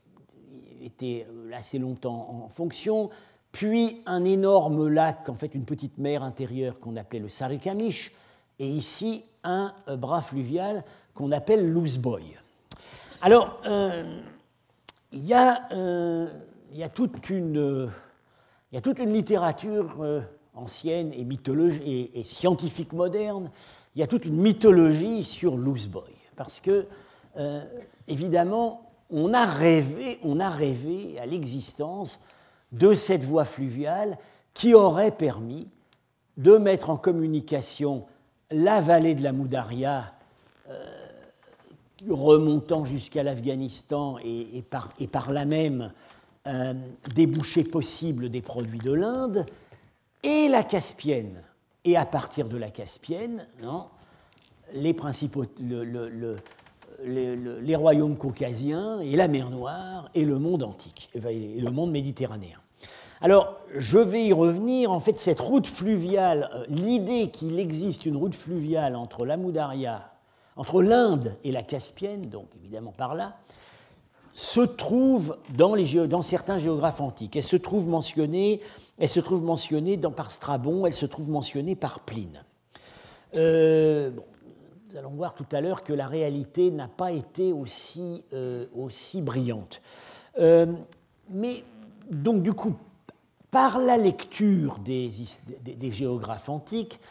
été assez longtemps en fonction, puis un énorme lac, en fait une petite mer intérieure qu'on appelait le Sarikamish, et ici un bras fluvial qu'on appelle l'Ouzboy. Alors, euh, il y a, euh, y a toute une, euh, y a toute une littérature euh, ancienne et, mythologie, et, et scientifique moderne, il y a toute une mythologie sur l'Ouzboy, parce que, euh, évidemment, on a rêvé, on a rêvé à l'existence de cette voie fluviale qui aurait permis de mettre en communication la vallée de la Moudaria, euh, remontant jusqu'à l'Afghanistan et, et, par, et par là même euh, débouchés possibles des produits de l'Inde, et la Caspienne. Et à partir de la Caspienne, non, les, principaux, le, le, le, le, le, les royaumes caucasiens et la mer Noire et le monde antique, et le monde méditerranéen. Alors, je vais y revenir. En fait, cette route fluviale, euh, l'idée qu'il existe une route fluviale entre la Moudaria, entre l'Inde et la Caspienne, donc évidemment par là, se trouve dans, les, dans certains géographes antiques. Elle se trouve mentionnée, elle se trouve mentionnée dans, par Strabon, elle se trouve mentionnée par Pline. Euh, bon, nous allons voir tout à l'heure que la réalité n'a pas été aussi, euh, aussi brillante. Euh, mais donc, du coup, par la lecture des, des, des géographes antiques,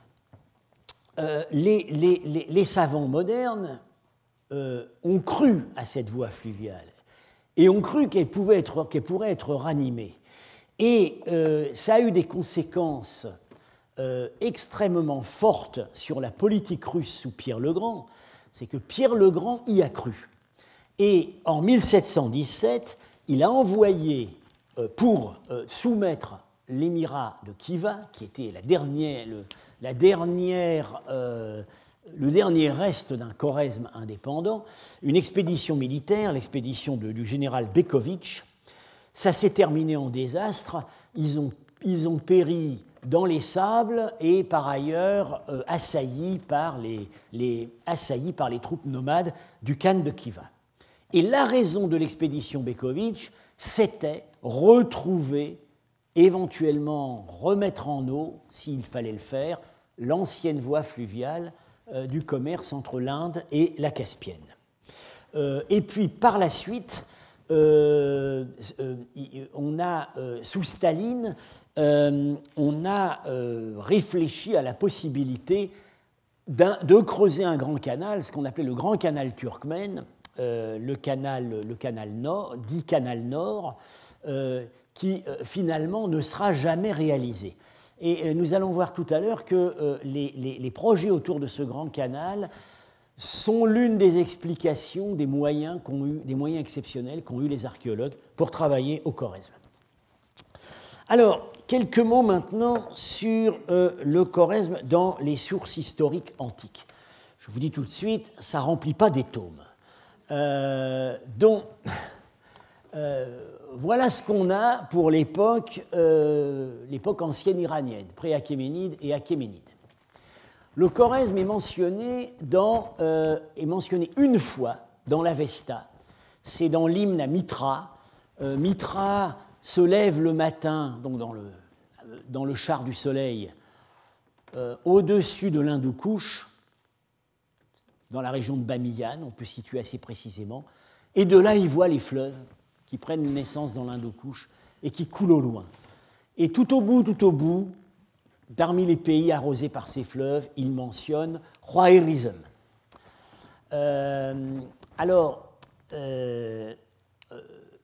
euh, les, les, les, les savants modernes euh, ont cru à cette voie fluviale et ont cru qu'elle pouvait être, qu'elle pourrait être ranimée. Et euh, ça a eu des conséquences euh, extrêmement fortes sur la politique russe sous Pierre le Grand. C'est que Pierre le Grand y a cru. Et en mille sept cent dix-sept, il a envoyé pour soumettre l'émirat de Khiva, qui était la dernière, le, la dernière, euh, le dernier reste d'un Khorezm indépendant, une expédition militaire, l'expédition de, du général Bekovitch. Ça s'est terminé en désastre. Ils ont, ils ont péri dans les sables et par ailleurs euh, assaillis, par les, les, assaillis par les troupes nomades du Khan de Khiva. Et la raison de l'expédition Bekovitch, c'était retrouver, éventuellement remettre en eau, s'il fallait le faire, l'ancienne voie fluviale euh, du commerce entre l'Inde et la Caspienne. Euh, et puis par la suite, euh, euh, on a, euh, sous Staline, euh, on a euh, réfléchi à la possibilité de creuser un grand canal, ce qu'on appelait le grand canal turkmène, euh, le, canal, le canal nord, dit canal nord, euh, qui euh, finalement ne sera jamais réalisé. Et euh, nous allons voir tout à l'heure que euh, les, les, les projets autour de ce grand canal sont l'une des explications des moyens, qu'ont eu, des moyens exceptionnels qu'ont eu les archéologues pour travailler au Khorezm. Alors, quelques mots maintenant sur euh, le Khwarezm dans les sources historiques antiques. Je vous dis tout de suite, ça ne remplit pas des tomes. Euh, donc, euh, voilà ce qu'on a pour l'époque, euh, l'époque ancienne iranienne, pré-achéménide et achéménide. Le Khwarezm est mentionné, dans, euh, est mentionné une fois dans l'Avesta. C'est dans l'hymne à Mitra. Euh, Mitra se lève le matin, donc dans le, dans le char du soleil, euh, au-dessus de l'Hindoukouche, dans la région de Bamiyan, on peut situer assez précisément, et de là il voit les fleuves qui prennent naissance dans l'Hindoukouche et qui coulent au loin. Et tout au bout, tout au bout, parmi les pays arrosés par ces fleuves, il mentionne Khwarizm. Euh, alors, euh, euh,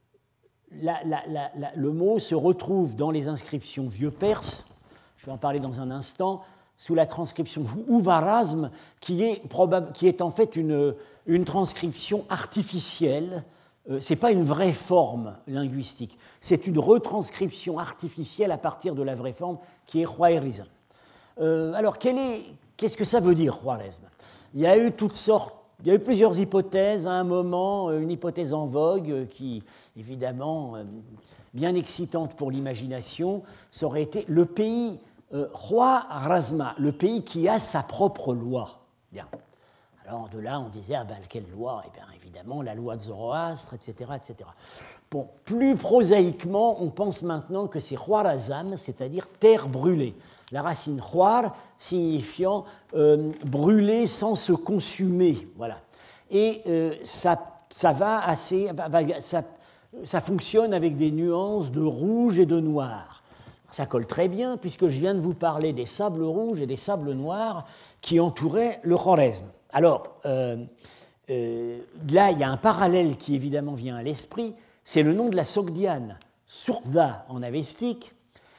la, la, la, la, le mot se retrouve dans les inscriptions vieux perses, je vais en parler dans un instant, sous la transcription Uvarazm, qui est, probable, qui est en fait une, une transcription artificielle. Euh, ce n'est pas une vraie forme linguistique, c'est une retranscription artificielle à partir de la vraie forme qui est Khwarizm. Euh, alors, quel est, qu'est-ce que ça veut dire, Khwarizm? Il y a eu toutes sortes, il y a eu plusieurs hypothèses. À un moment, une hypothèse en vogue qui, évidemment, bien excitante pour l'imagination, ça aurait été le pays euh, Khwarazma, le pays qui a sa propre loi. Bien. Alors de là, on disait, ah ben, quelle loi? Eh bien, évidemment, la loi de Zoroastre, et cetera, et cetera. Bon, plus prosaïquement, on pense maintenant que c'est Khwarazm, c'est-à-dire terre brûlée. La racine khwar signifiant euh, brûler sans se consumer. Voilà. Et euh, ça, ça va assez. Ça, ça fonctionne avec des nuances de rouge et de noir. Ça colle très bien, puisque je viens de vous parler des sables rouges et des sables noirs qui entouraient le Khwarezm. Alors, euh, euh, là, il y a un parallèle qui évidemment vient à l'esprit, c'est le nom de la Sogdiane, Surda en avestique,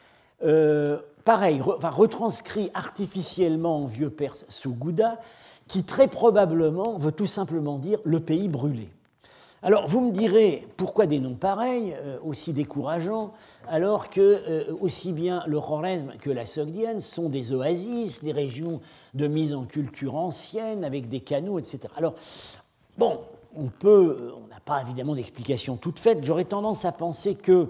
euh, pareil, re, enfin, retranscrit artificiellement en vieux perse Sugouda, qui très probablement veut tout simplement dire le pays brûlé. Alors, vous me direz, pourquoi des noms pareils, euh, aussi décourageants, alors que euh, aussi bien le Khwarezm que la Sogdiane sont des oasis, des régions de mise en culture ancienne, avec des canaux, et cetera. Alors, bon, on peut, on n'a pas évidemment d'explication toute faite. J'aurais tendance à penser que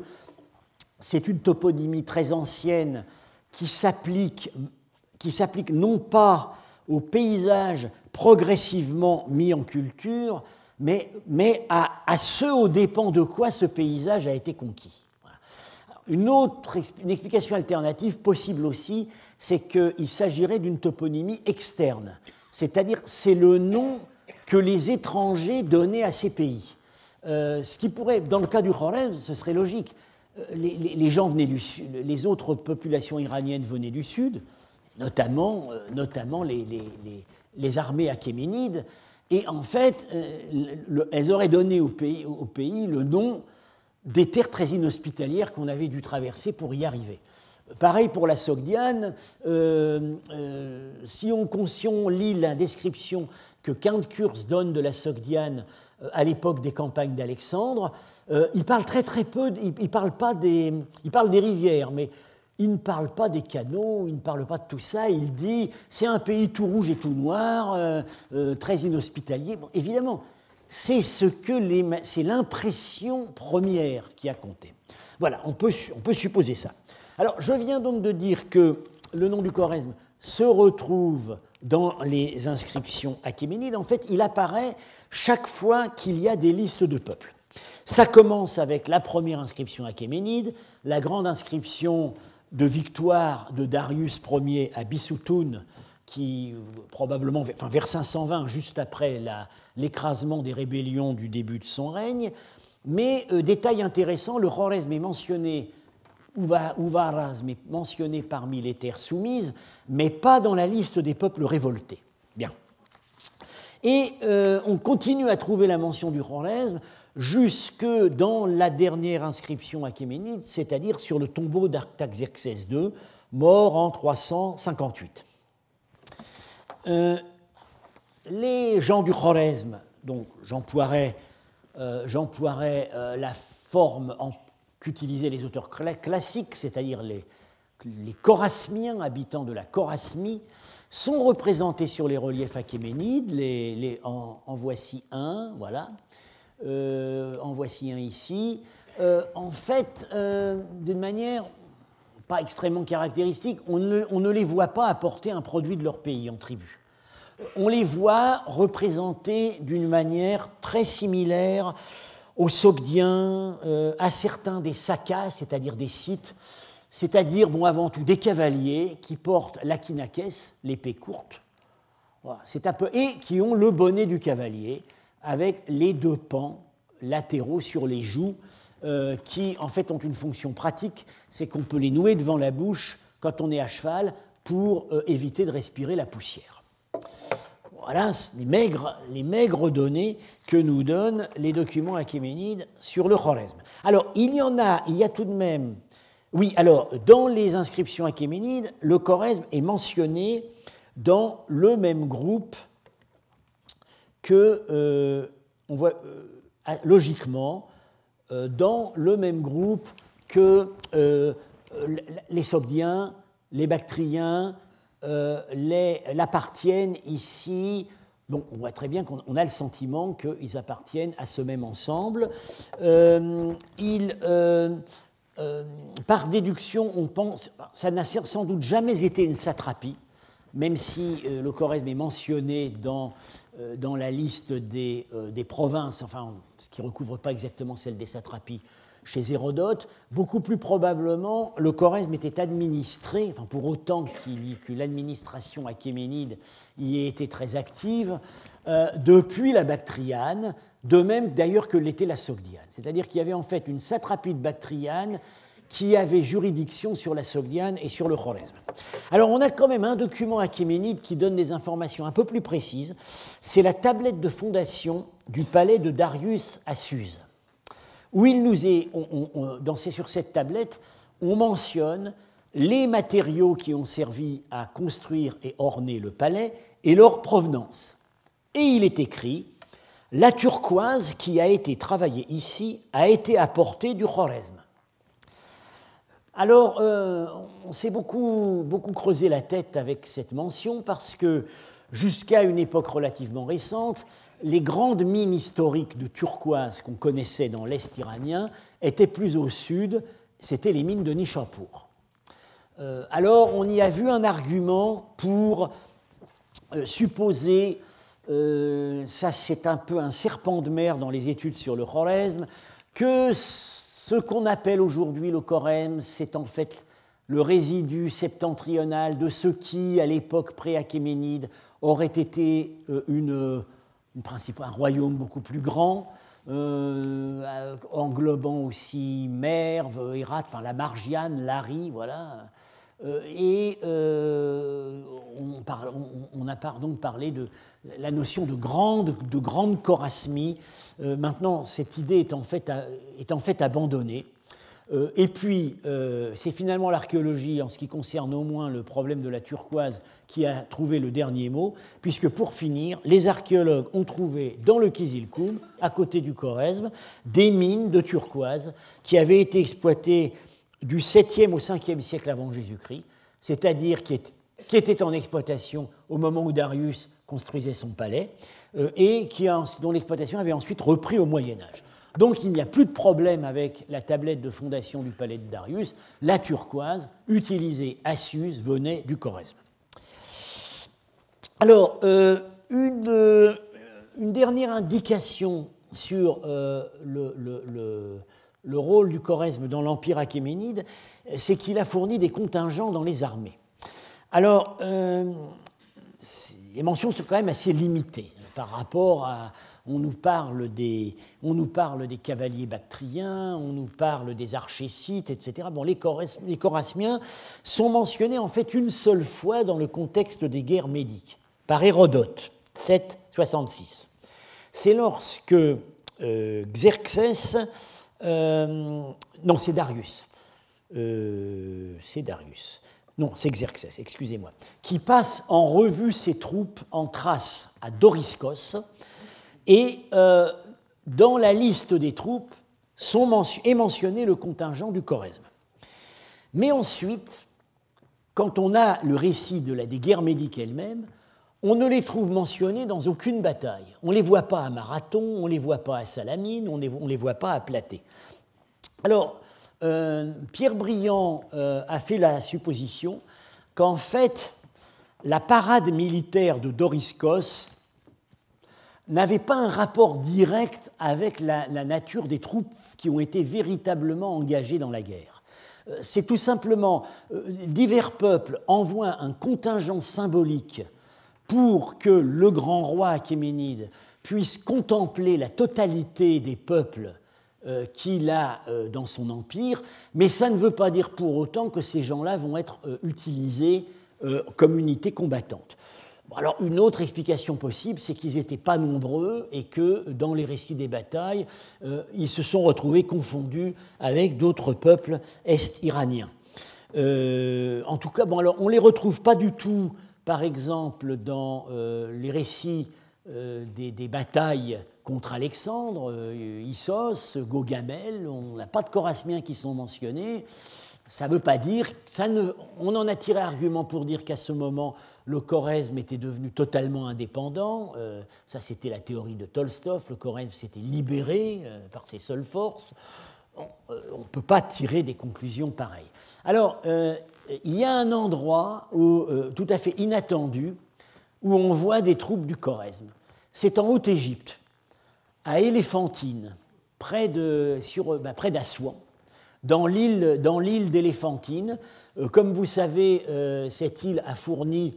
c'est une toponymie très ancienne qui s'applique, qui s'applique non pas aux paysages progressivement mis en culture, mais, mais à, à ceux aux dépens de quoi ce paysage a été conquis. Voilà. Une autre une explication alternative possible aussi, c'est qu'il s'agirait d'une toponymie externe, c'est-à-dire c'est le nom que les étrangers donnaient à ces pays. Euh, ce qui pourrait, dans le cas du Khwarezm, ce serait logique. Les, les, les gens venaient du sud, les autres populations iraniennes venaient du sud, notamment, euh, notamment les, les, les, les armées achéménides. Et en fait, euh, le, elles auraient donné au pays, au pays le nom des terres très inhospitalières qu'on avait dû traverser pour y arriver. Pareil pour la Sogdiane, euh, euh, si, on, si on lit la description que Count Kurz donne de la Sogdiane euh, à l'époque des campagnes d'Alexandre, euh, il parle très très peu, il, il, parle pas des, il parle des rivières, mais il ne parle pas des canaux, il ne parle pas de tout ça, il dit c'est un pays tout rouge et tout noir, euh, euh, très inhospitalier. Bon, évidemment, c'est, ce que les, c'est l'impression première qui a compté. Voilà, on peut, on peut supposer ça. Alors, je viens donc de dire que le nom du Khwarezm se retrouve dans les inscriptions achéménides. En fait, il apparaît chaque fois qu'il y a des listes de peuples. Ça commence avec la première inscription achéménide, la grande inscription de victoire de Darius Ier à Bissoutun, qui probablement enfin, vers cinq cent vingt, juste après la, l'écrasement des rébellions du début de son règne. Mais, euh, détail intéressant, le Khwarezm est mentionné, Uvarazm est mentionné parmi les terres soumises, mais pas dans la liste des peuples révoltés. Bien. Et euh, on continue à trouver la mention du Khwarezm jusque dans la dernière inscription achéménide, c'est-à-dire sur le tombeau d'Artaxerxès deux, mort en trois cent cinquante-huit. Euh, les gens du Khwarezm, donc j'emploierai, euh, j'emploierai euh, la forme en qu'utilisaient les auteurs classiques, c'est-à-dire les, les Chorasmiens, habitants de la Chorasmie, sont représentés sur les reliefs achéménides. Les, les, en, en voici un, voilà. Euh, en voici un ici. Euh, en fait, euh, d'une manière pas extrêmement caractéristique, on ne, on ne les voit pas apporter un produit de leur pays en tribu. On les voit représentés d'une manière très similaire aux Sogdiens, euh, à certains des Sakas, c'est-à-dire des Scythes, c'est-à-dire, bon, avant tout, des cavaliers qui portent l'akinakès, l'épée courte, voilà, c'est un peu, et qui ont le bonnet du cavalier, avec les deux pans latéraux sur les joues, euh, qui, en fait, ont une fonction pratique, c'est qu'on peut les nouer devant la bouche quand on est à cheval pour euh, éviter de respirer la poussière. Voilà les maigres, les maigres données que nous donnent les documents achéménides sur le Khwarezm. Alors, il y en a, il y a tout de même... Oui, alors, dans les inscriptions achéménides, le Khwarezm est mentionné dans le même groupe que, euh, on voit, euh, logiquement, euh, dans le même groupe que euh, les Sogdiens, les Bactriens, Euh, les, l'appartiennent ici. Bon, on voit très bien qu'on a le sentiment qu'ils appartiennent à ce même ensemble. Euh, ils, euh, euh, par déduction, on pense, ça n'a sans doute jamais été une satrapie, même si euh, le Khwarezm est mentionné dans, euh, dans la liste des, euh, des provinces, enfin, ce qui ne recouvre pas exactement celle des satrapies, chez Hérodote. Beaucoup plus probablement, le Khwarezm était administré, enfin pour autant qu'il, que l'administration achéménide y ait été très active, euh, depuis la Bactriane, de même d'ailleurs que l'était la Sogdiane. C'est-à-dire qu'il y avait en fait une satrapie de Bactriane qui avait juridiction sur la Sogdiane et sur le Khwarezm. Alors on a quand même un document achéménide qui donne des informations un peu plus précises. C'est la tablette de fondation du palais de Darius à Suse, où il nous est, on, on, on, dans, sur cette tablette, on mentionne les matériaux qui ont servi à construire et orner le palais et leur provenance. Et il est écrit « La turquoise qui a été travaillée ici a été apportée du Khwarezm ». Alors, euh, on s'est beaucoup, beaucoup creusé la tête avec cette mention parce que, jusqu'à une époque relativement récente, les grandes mines historiques de turquoise qu'on connaissait dans l'Est iranien étaient plus au sud, c'était les mines de Nishapur. Euh, alors, on y a vu un argument pour euh, supposer, euh, ça c'est un peu un serpent de mer dans les études sur le Khwarezm, que ce qu'on appelle aujourd'hui le Khwarezm, c'est en fait le résidu septentrional de ce qui, à l'époque pré-achéménide, aurait été euh, une... Une un royaume beaucoup plus grand, euh, englobant aussi Merv, Hérat, enfin la Margiane, Lari, voilà. Euh, et euh, on, parle, on, on a par, donc parlé de la notion de grande, de grande Chorasmie. Euh, maintenant, cette idée est en fait, est en fait abandonnée. Euh, et puis, euh, c'est finalement l'archéologie, en ce qui concerne au moins le problème de la turquoise, qui a trouvé le dernier mot, puisque pour finir, les archéologues ont trouvé dans le Kizilkoum, à côté du Khwarezm, des mines de turquoise qui avaient été exploitées du septième au cinquième siècle avant Jésus-Christ, c'est-à-dire qui, qui étaient en exploitation au moment où Darius construisait son palais, euh, et qui, dont l'exploitation avait ensuite repris au Moyen-Âge. Donc il n'y a plus de problème avec la tablette de fondation du palais de Darius. La turquoise, utilisée à Suse, venait du Khwarezm. Alors, euh, une, euh, une dernière indication sur euh, le, le, le, le rôle du Khwarezm dans l'Empire achéménide, c'est qu'il a fourni des contingents dans les armées. Alors, euh, les mentions sont quand même assez limitées par rapport à... On nous, parle des, on nous parle des cavaliers bactriens, on nous parle des archers scythes, et cetera. Bon, les, les Chorasmiens sont mentionnés en fait une seule fois dans le contexte des guerres médiques, par Hérodote, sept soixante-six. C'est lorsque euh, Xerxès, euh, non c'est Darius, euh, c'est Darius, non c'est Xerxès, excusez-moi, qui passe en revue ses troupes en Thrace à Doriskos. Et euh, dans la liste des troupes sont mention, est mentionné le contingent du Choresme. Mais ensuite, quand on a le récit de la, des guerres médiques elles-mêmes, on ne les trouve mentionnés dans aucune bataille. On ne les voit pas à Marathon, on ne les voit pas à Salamine, on ne les, les voit pas à Platée. Alors, euh, Pierre Briand euh, a fait la supposition qu'en fait, la parade militaire de Doriscos n'avait pas un rapport direct avec la, la nature des troupes qui ont été véritablement engagées dans la guerre. Euh, c'est tout simplement, euh, divers peuples envoient un contingent symbolique pour que le grand roi achéménide puisse contempler la totalité des peuples euh, qu'il a euh, dans son empire, mais ça ne veut pas dire pour autant que ces gens-là vont être euh, utilisés euh, comme unité combattante. Bon, alors une autre explication possible, c'est qu'ils n'étaient pas nombreux et que dans les récits des batailles, euh, ils se sont retrouvés confondus avec d'autres peuples est-iraniens. Euh, en tout cas, bon, alors, on ne les retrouve pas du tout. Par exemple, dans euh, les récits euh, des, des batailles contre Alexandre, euh, Issos, Gaugamel, on n'a pas de Chorasmiens qui sont mentionnés. Ça ne veut pas dire, ça ne, on en a tiré argument pour dire qu'à ce moment, le Choresme était devenu totalement indépendant. Euh, ça, c'était la théorie de Tolstov. Le Choresme s'était libéré euh, par ses seules forces. On ne peut pas tirer des conclusions pareilles. Alors, euh, il y a un endroit où, euh, tout à fait inattendu où on voit des troupes du Choresme. C'est en Haute-Égypte, à Éléphantine, près, de, sur, bah, près d'Assouan, dans l'île, dans l'île d'Éléphantine. Euh, comme vous savez, euh, cette île a fourni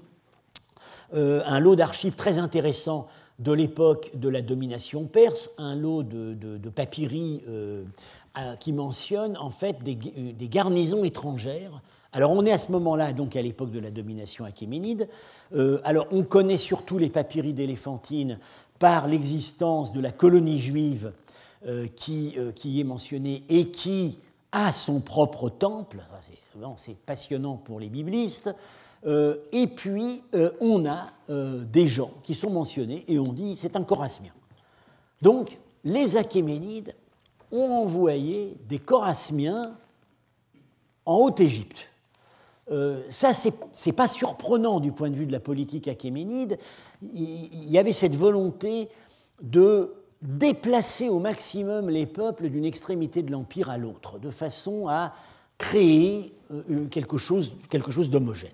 euh, un lot d'archives très intéressant de l'époque de la domination perse, un lot de, de, de papyri euh, à, qui mentionne en fait des, des garnisons étrangères. Alors on est à ce moment-là, donc à l'époque de la domination achéménide. Euh, alors on connaît surtout les papyri d'Éléphantine par l'existence de la colonie juive euh, qui, euh, qui est mentionnée et qui a son propre temple. C'est, bon, c'est passionnant pour les biblistes. Euh, et puis euh, on a euh, des gens qui sont mentionnés et on dit c'est un Chorasmien. Donc les Achéménides ont envoyé des Chorasmiens en Haute-Égypte. Euh, ça, c'est, c'est pas surprenant du point de vue de la politique achéménide. Il y avait cette volonté de déplacer au maximum les peuples d'une extrémité de l'Empire à l'autre, de façon à créer euh, quelque chose, quelque chose d'homogène.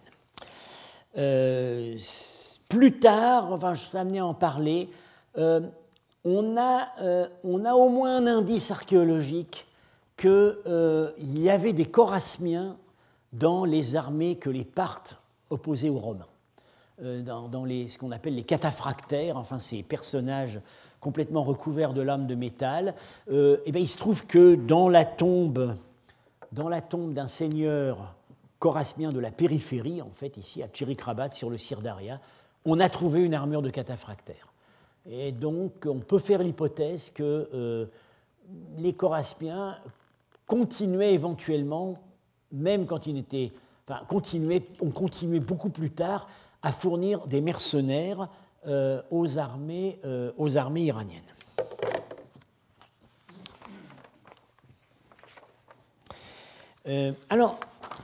Euh, plus tard, enfin, je suis amené à en parler, euh, on, a, euh, on a au moins un indice archéologique qu'il euh, y avait des Chorasmiens dans les armées que les Parthes opposaient aux Romains, euh, dans, dans les, ce qu'on appelle les cataphractaires, enfin ces personnages complètement recouverts de lames de métal. Euh, et bien, il se trouve que dans la tombe, dans la tombe d'un seigneur chorasmien de la périphérie, en fait, ici à Tchirikrabat, sur le Sirdaria, on a trouvé une armure de cataphractaires. Et donc, on peut faire l'hypothèse que euh, les Chorasmiens continuaient éventuellement, même quand ils étaient, enfin, continuaient, ont continué beaucoup plus tard à fournir des mercenaires euh, aux, armées, euh, aux armées iraniennes. Euh, alors,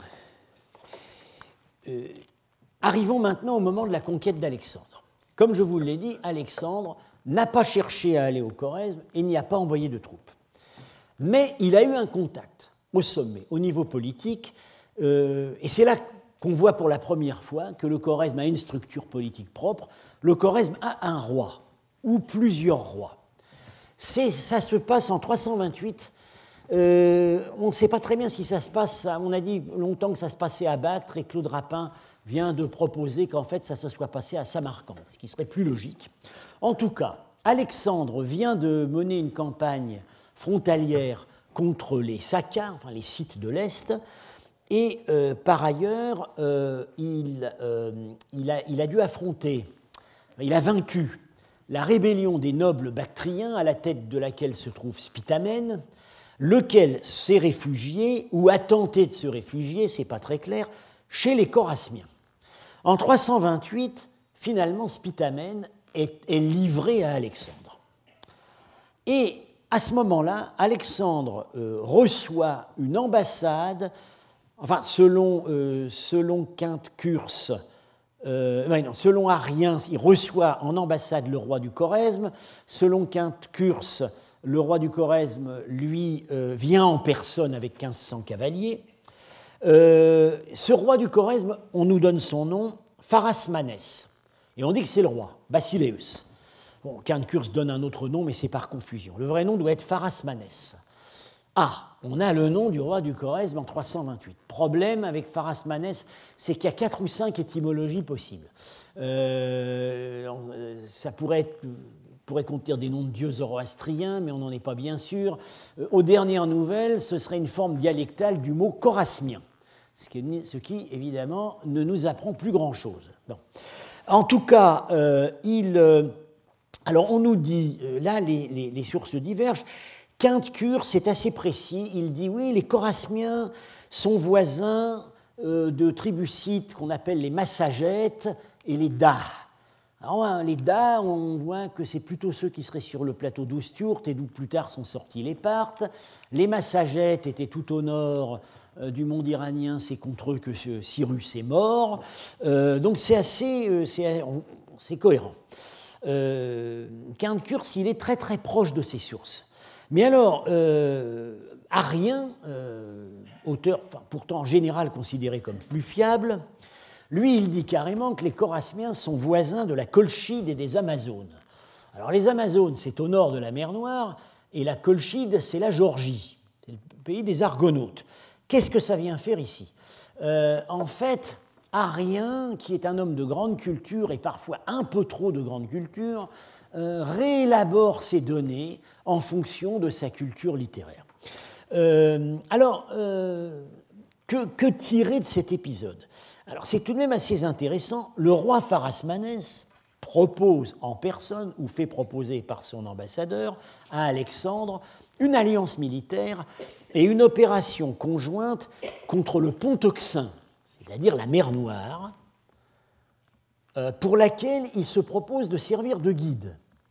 euh, arrivons maintenant au moment de la conquête d'Alexandre. Comme je vous l'ai dit, Alexandre n'a pas cherché à aller au Choresme et n'y a pas envoyé de troupes. Mais il a eu un contact au sommet, au niveau politique, euh, et c'est là qu'on voit pour la première fois que le Choresme a une structure politique propre. Le Choresme a un roi, ou plusieurs rois. C'est, ça se passe en trois cent vingt-huit. Euh, on ne sait pas très bien si ça se passe, on a dit longtemps que ça se passait à Bactre, et Claude Rapin vient de proposer qu'en fait ça se soit passé à Samarcande, ce qui serait plus logique. En tout cas, Alexandre vient de mener une campagne frontalière contre les Sakas, enfin les Scythes de l'Est, et euh, par ailleurs, euh, il, euh, il, a, il a dû affronter, il a vaincu la rébellion des nobles bactriens, à la tête de laquelle se trouve Spitamène, lequel s'est réfugié, ou a tenté de se réfugier, c'est pas très clair, chez les Chorasmiens. En trois cent vingt-huit, finalement, Spitamène est, est livré à Alexandre. Et à ce moment-là, Alexandre euh, reçoit une ambassade, enfin, selon, euh, selon Quinte Curse, euh, ouais, non, selon Arrien, il reçoit en ambassade le roi du Khorezm. Selon Quinte Curse, le roi du Khorezm, lui, euh, vient en personne avec quinze cents cavaliers. Euh, ce roi du Khorezm, on nous donne son nom, Pharasmanès. Et on dit que c'est le roi, Basileus. Bon, Quinte Curse donne un autre nom, mais c'est par confusion. Le vrai nom doit être Pharasmanès. Ah, on a le nom du roi du Khorezm en trois cent vingt-huit. Problème avec Pharasmanès, c'est qu'il y a quatre ou cinq étymologies possibles. Euh, ça pourrait, être, pourrait contenir des noms de dieux zoroastriens, mais on n'en est pas bien sûr. Euh, aux dernières nouvelles, ce serait une forme dialectale du mot khorasmien, ce qui, ce qui évidemment, ne nous apprend plus grand-chose. Non. En tout cas, euh, il... Euh, alors on nous dit, euh, là les, les, les sources divergent. Quinte Curse, c'est assez précis, il dit oui, les Khorasmiens sont voisins euh, de tribucites qu'on appelle les Massagètes et les Da. Alors, les Da, on voit que c'est plutôt ceux qui seraient sur le plateau d'Oustiourt et d'où plus tard sont sortis les Parthes. Les Massagètes étaient tout au nord euh, du monde iranien, c'est contre eux que Cyrus est mort. Euh, donc c'est assez, euh, c'est, c'est cohérent. Euh, Quinte Curse, il est très très proche de ses sources. Mais alors, euh, Arrien, euh, auteur enfin, pourtant en général considéré comme plus fiable, lui, il dit carrément que les Khorasmiens sont voisins de la Colchide et des Amazones. Alors les Amazones, c'est au nord de la mer Noire, et la Colchide, c'est la Géorgie, c'est le pays des Argonautes. Qu'est-ce que ça vient faire ici ? euh, En fait, Arrien, qui est un homme de grande culture, et parfois un peu trop de grande culture, euh, réélabore ces données en fonction de sa culture littéraire. Euh, alors, euh, que, que tirer de cet épisode ? Alors, c'est tout de même assez intéressant. Le roi Pharasmanès propose en personne, ou fait proposer par son ambassadeur, à Alexandre, une alliance militaire et une opération conjointe contre le pont Euxin, c'est-à-dire la mer Noire, euh, pour laquelle il se propose de servir de guide.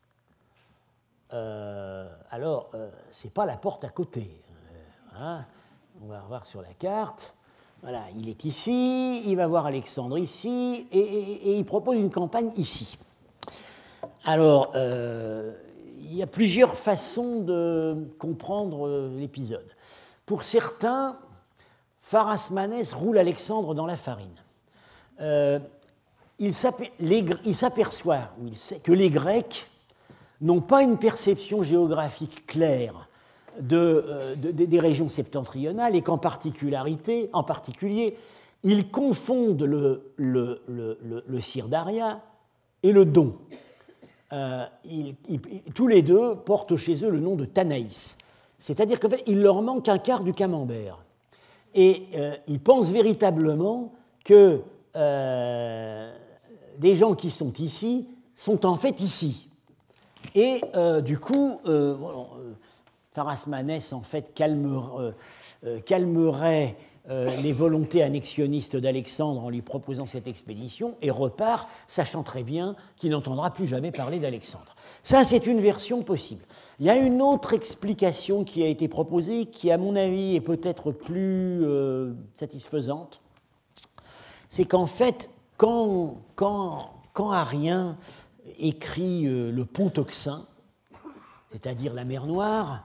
Euh, alors, euh, ce n'est pas la porte à côté. Euh, hein, on va voir sur la carte. Voilà, il est ici, il va voir Alexandre ici, et, et, et il propose une campagne ici. Alors, euh, il y a plusieurs façons de comprendre l'épisode. Pour certains, Pharasmanès roule Alexandre dans la farine. Euh, il s'aperçoit que les Grecs n'ont pas une perception géographique claire de, de, de, des régions septentrionales et qu'en particularité, en particulier, ils confondent le, le, le, le, le Sirdaria et le Don. Euh, ils, ils, tous les deux portent chez eux le nom de Tanaïs. C'est-à-dire qu'en fait, il leur manque un quart du camembert. Et euh, ils pensent véritablement que euh, des gens qui sont ici sont en fait ici. Et euh, du coup, euh, bon, euh, Pharasmanès en fait calmerait, euh, calmerait euh, les volontés annexionnistes d'Alexandre en lui proposant cette expédition et repart, sachant très bien qu'il n'entendra plus jamais parler d'Alexandre. Ça, c'est une version possible. Il y a une autre explication qui a été proposée, qui, à mon avis, est peut-être plus euh, satisfaisante. C'est qu'en fait, quand, quand, quand Arrien écrit euh, le pont Euxin, c'est-à-dire la mer Noire,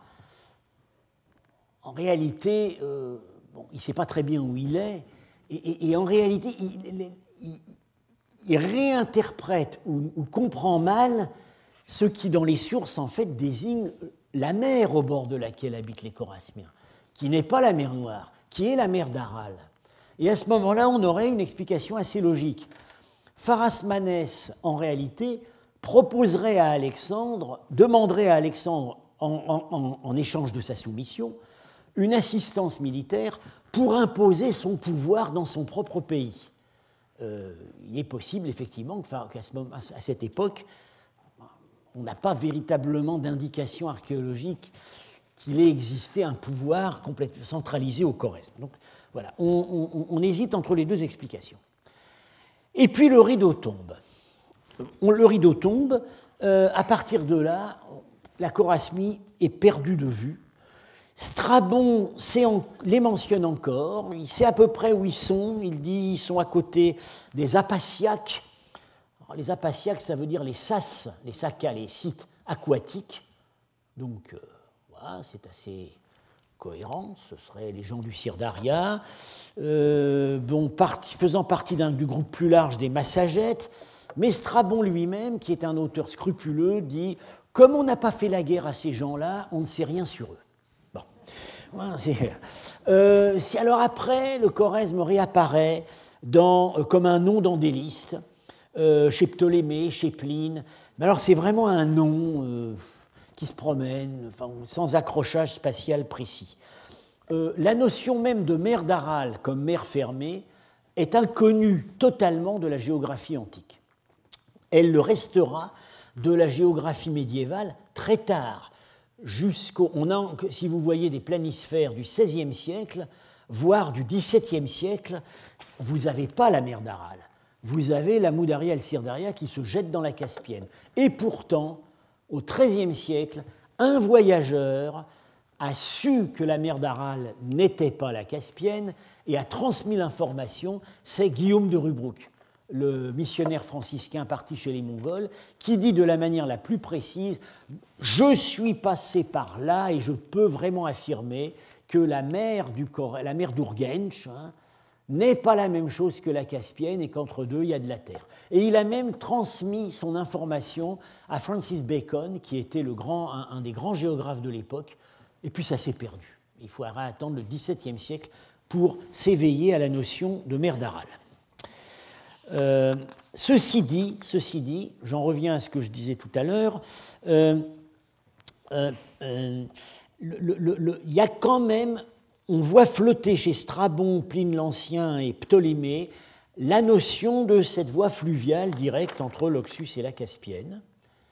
en réalité, euh, bon, il ne sait pas très bien où il est, et, et, et en réalité, il, il, il réinterprète ou, ou comprend mal ce qui, dans les sources, en fait, désigne la mer au bord de laquelle habitent les Khorasmiens, qui n'est pas la mer Noire, qui est la mer d'Aral. Et à ce moment-là, on aurait une explication assez logique. Pharasmanès, en réalité, proposerait à Alexandre, demanderait à Alexandre, en, en, en échange de sa soumission, une assistance militaire pour imposer son pouvoir dans son propre pays. Euh, il est possible, effectivement, qu'à ce moment, à cette époque, on n'a pas véritablement d'indication archéologique qu'il ait existé un pouvoir complètement centralisé au Khorezm. Donc voilà, on, on, on hésite entre les deux explications. Et puis le rideau tombe. On, le rideau tombe, euh, à partir de là, la Khorasmie est perdu de vue. Strabon en, les mentionne encore, il sait à peu près où ils sont, il dit qu'ils sont à côté des Apasiaques. Alors, les Apasiaques, ça veut dire les sas, les sakas, les sites aquatiques. Donc, euh, voilà, c'est assez cohérent, ce seraient les gens du Sirdaria, euh, bon, parti, faisant partie d'un, du groupe plus large des Massagètes. Mais Strabon lui-même, qui est un auteur scrupuleux, dit « Comme on n'a pas fait la guerre à ces gens-là, on ne sait rien sur eux. » Bon. Voilà, c'est, euh, si, alors après, le choresme réapparaît dans, euh, comme un nom dans des listes, euh, chez Ptolémée, chez Pline. Mais alors c'est vraiment un nom euh, qui se promène, enfin, sans accrochage spatial précis. Euh, la notion même de mer d'Aral comme mer fermée est inconnue totalement de la géographie antique. Elle le restera de la géographie médiévale très tard. Jusqu'au, on a, si vous voyez des planisphères du seizième siècle, voire du dix-septième siècle, vous n'avez pas la mer d'Aral. Vous avez la Moudaria et le Sirdaria qui se jettent dans la Caspienne. Et pourtant, au treizième siècle, un voyageur a su que la mer d'Aral n'était pas la Caspienne et a transmis l'information, c'est Guillaume de Rubruck, le missionnaire franciscain parti chez les Mongols, qui dit de la manière la plus précise « Je suis passé par là et je peux vraiment affirmer que la mer, du, la mer d'Urgench hein, n'est pas la même chose que la Caspienne et qu'entre deux, il y a de la terre. » Et il a même transmis son information à Francis Bacon, qui était le grand, un, un des grands géographes de l'époque, et puis ça s'est perdu. Il faudra attendre le dix-septième siècle pour s'éveiller à la notion de mer d'Aral. Euh, ceci dit, ceci dit, j'en reviens à ce que je disais tout à l'heure, euh, euh, euh, le, le, le, il y a quand même, on voit flotter chez Strabon, Pline l'Ancien et Ptolémée la notion de cette voie fluviale directe entre l'Oxus et la Caspienne.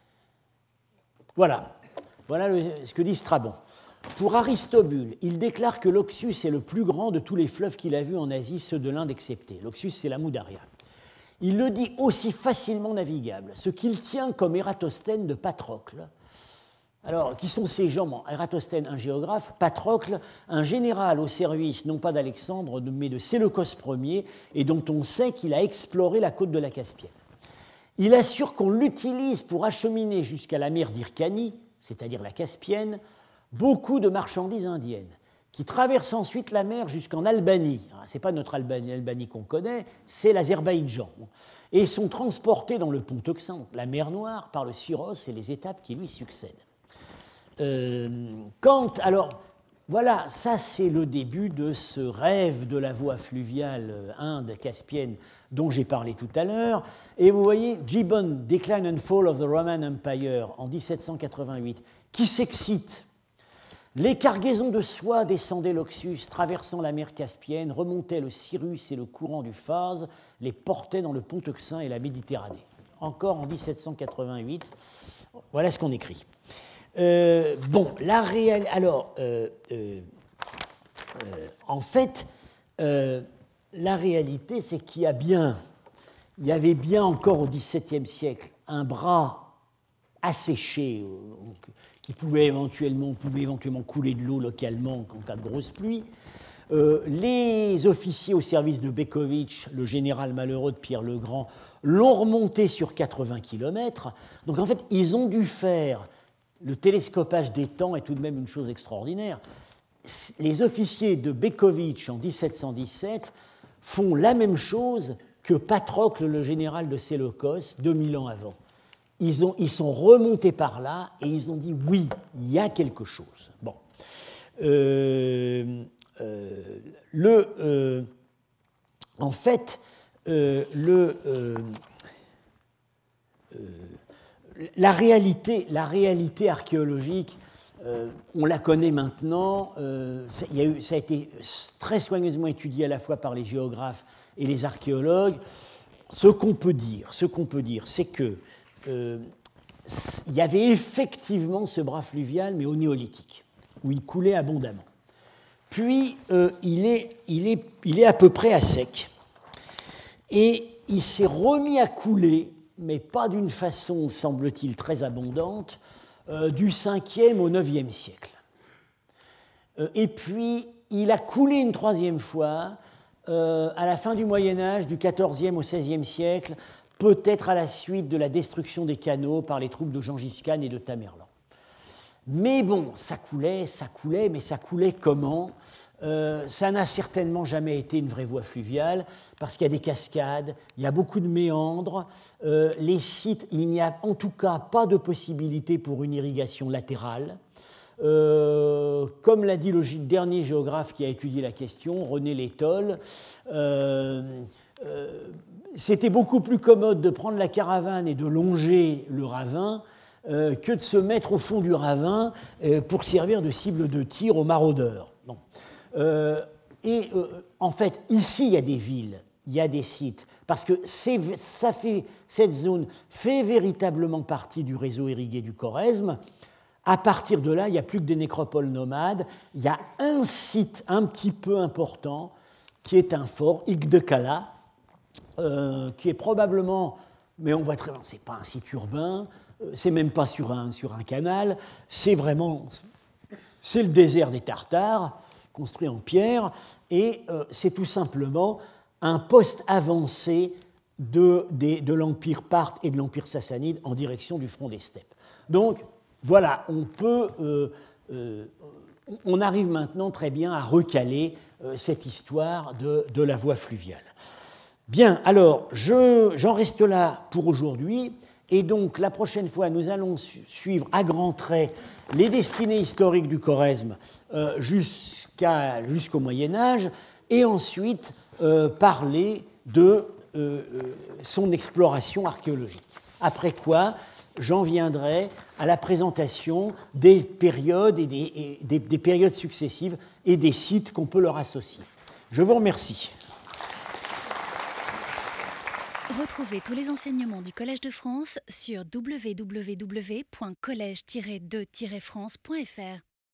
Voilà, voilà le, ce que dit Strabon. Pour Aristobule, il déclare que l'Oxus est le plus grand de tous les fleuves qu'il a vus en Asie, ceux de l'Inde exceptés. L'Oxus, c'est la Moudaria. Il le dit aussi facilement navigable, ce qu'il tient comme Ératosthène de Patrocle. Alors, qui sont ces gens? Bon, Ératosthène, un géographe, Patrocle, un général au service, non pas d'Alexandre, mais de Séleucos Ier, et dont on sait qu'il a exploré la côte de la Caspienne. Il assure qu'on l'utilise pour acheminer jusqu'à la mer d'Hyrcanie, c'est-à-dire la Caspienne, beaucoup de marchandises indiennes, qui traversent ensuite la mer jusqu'en Albanie. Ce n'est pas notre Albanie, Albanie qu'on connaît, c'est l'Azerbaïdjan. Et sont transportés dans le pont Euxin, la mer Noire, par le Syros et les étapes qui lui succèdent. Euh, quand, alors, voilà, ça c'est le début de ce rêve de la voie fluviale Inde-Caspienne dont j'ai parlé tout à l'heure. Et vous voyez, Gibbon, Decline and Fall of the Roman Empire, en dix-sept cent quatre-vingt-huit, qui s'excite. Les cargaisons de soie descendaient l'Oxus, traversant la mer Caspienne, remontaient le Cyrus et le courant du Phase, les portaient dans le pont Euxin et la Méditerranée. Encore en dix-sept cent quatre-vingt-huit, voilà ce qu'on écrit. Euh, bon, la réalité. Alors, euh, euh, euh, en fait, euh, la réalité, c'est qu'il y a bien, il y avait bien encore au dix-septième siècle un bras asséché, euh, qui pouvait éventuellement, pouvait éventuellement couler de l'eau localement en cas de grosse pluie. Euh, les officiers au service de Bekovitch, le général malheureux de Pierre le Grand, l'ont remonté sur quatre-vingts kilomètres. Donc en fait, ils ont dû faire. Le télescopage des temps est tout de même une chose extraordinaire. Les officiers de Bekovitch en dix-sept cent dix-sept font la même chose que Patrocle, le général de Séleucos, deux mille ans avant. Ils, ont, ils sont remontés par là et ils ont dit oui, il y a quelque chose. Bon. Euh, euh, le, euh, en fait, euh, le, euh, euh, la, réalité, la réalité archéologique, euh, on la connaît maintenant. Euh, ça, il y a eu, ça a été très soigneusement étudié à la fois par les géographes et les archéologues. Ce qu'on peut dire, ce qu'on peut dire, c'est que Euh, il y avait effectivement ce bras fluvial, mais au néolithique, où il coulait abondamment. Puis, euh, il, est, il, est, il est à peu près à sec. Et il s'est remis à couler, mais pas d'une façon, semble-t-il, très abondante, euh, du cinquième au neuvième siècle. Euh, et puis, il a coulé une troisième fois euh, à la fin du Moyen-Âge, du quatorzième au seizième siècle, peut-être à la suite de la destruction des canaux par les troupes de Gengis Khan et de Tamerlan. Mais bon, ça coulait, ça coulait, mais ça coulait comment ? Euh, ça n'a certainement jamais été une vraie voie fluviale parce qu'il y a des cascades, il y a beaucoup de méandres. Euh, les sites, il n'y a en tout cas pas de possibilité pour une irrigation latérale. Euh, comme l'a dit le dernier géographe qui a étudié la question, René Létol, euh, euh, c'était beaucoup plus commode de prendre la caravane et de longer le ravin euh, que de se mettre au fond du ravin euh, pour servir de cible de tir aux maraudeurs. Bon. Euh, et euh, en fait, ici, il y a des villes, il y a des sites, parce que ça fait, cette zone fait véritablement partie du réseau irrigué du Khorezm. À partir de là, il n'y a plus que des nécropoles nomades. Il y a un site un petit peu important qui est un fort, Igdekala, euh, qui est probablement, mais on voit très bien, ce n'est pas un site urbain, euh, c'est même pas sur un, sur un canal, c'est vraiment, c'est le désert des Tartares, construit en pierre, et euh, c'est tout simplement un poste avancé de, de, de l'Empire parthe et de l'Empire sassanide en direction du front des steppes. Donc, voilà, on peut, euh, euh, on arrive maintenant très bien à recaler euh, cette histoire de, de la voie fluviale. Bien, alors, je, j'en reste là pour aujourd'hui, et donc la prochaine fois, nous allons su- suivre à grands traits les destinées historiques du Khorezm euh, jusqu'à, jusqu'au Moyen-Âge, et ensuite euh, parler de euh, son exploration archéologique. Après quoi, j'en viendrai à la présentation des périodes, et des, et des, des périodes successives et des sites qu'on peut leur associer. Je vous remercie. Retrouvez tous les enseignements du Collège de France sur w w w point collège tiret de tiret france point f r.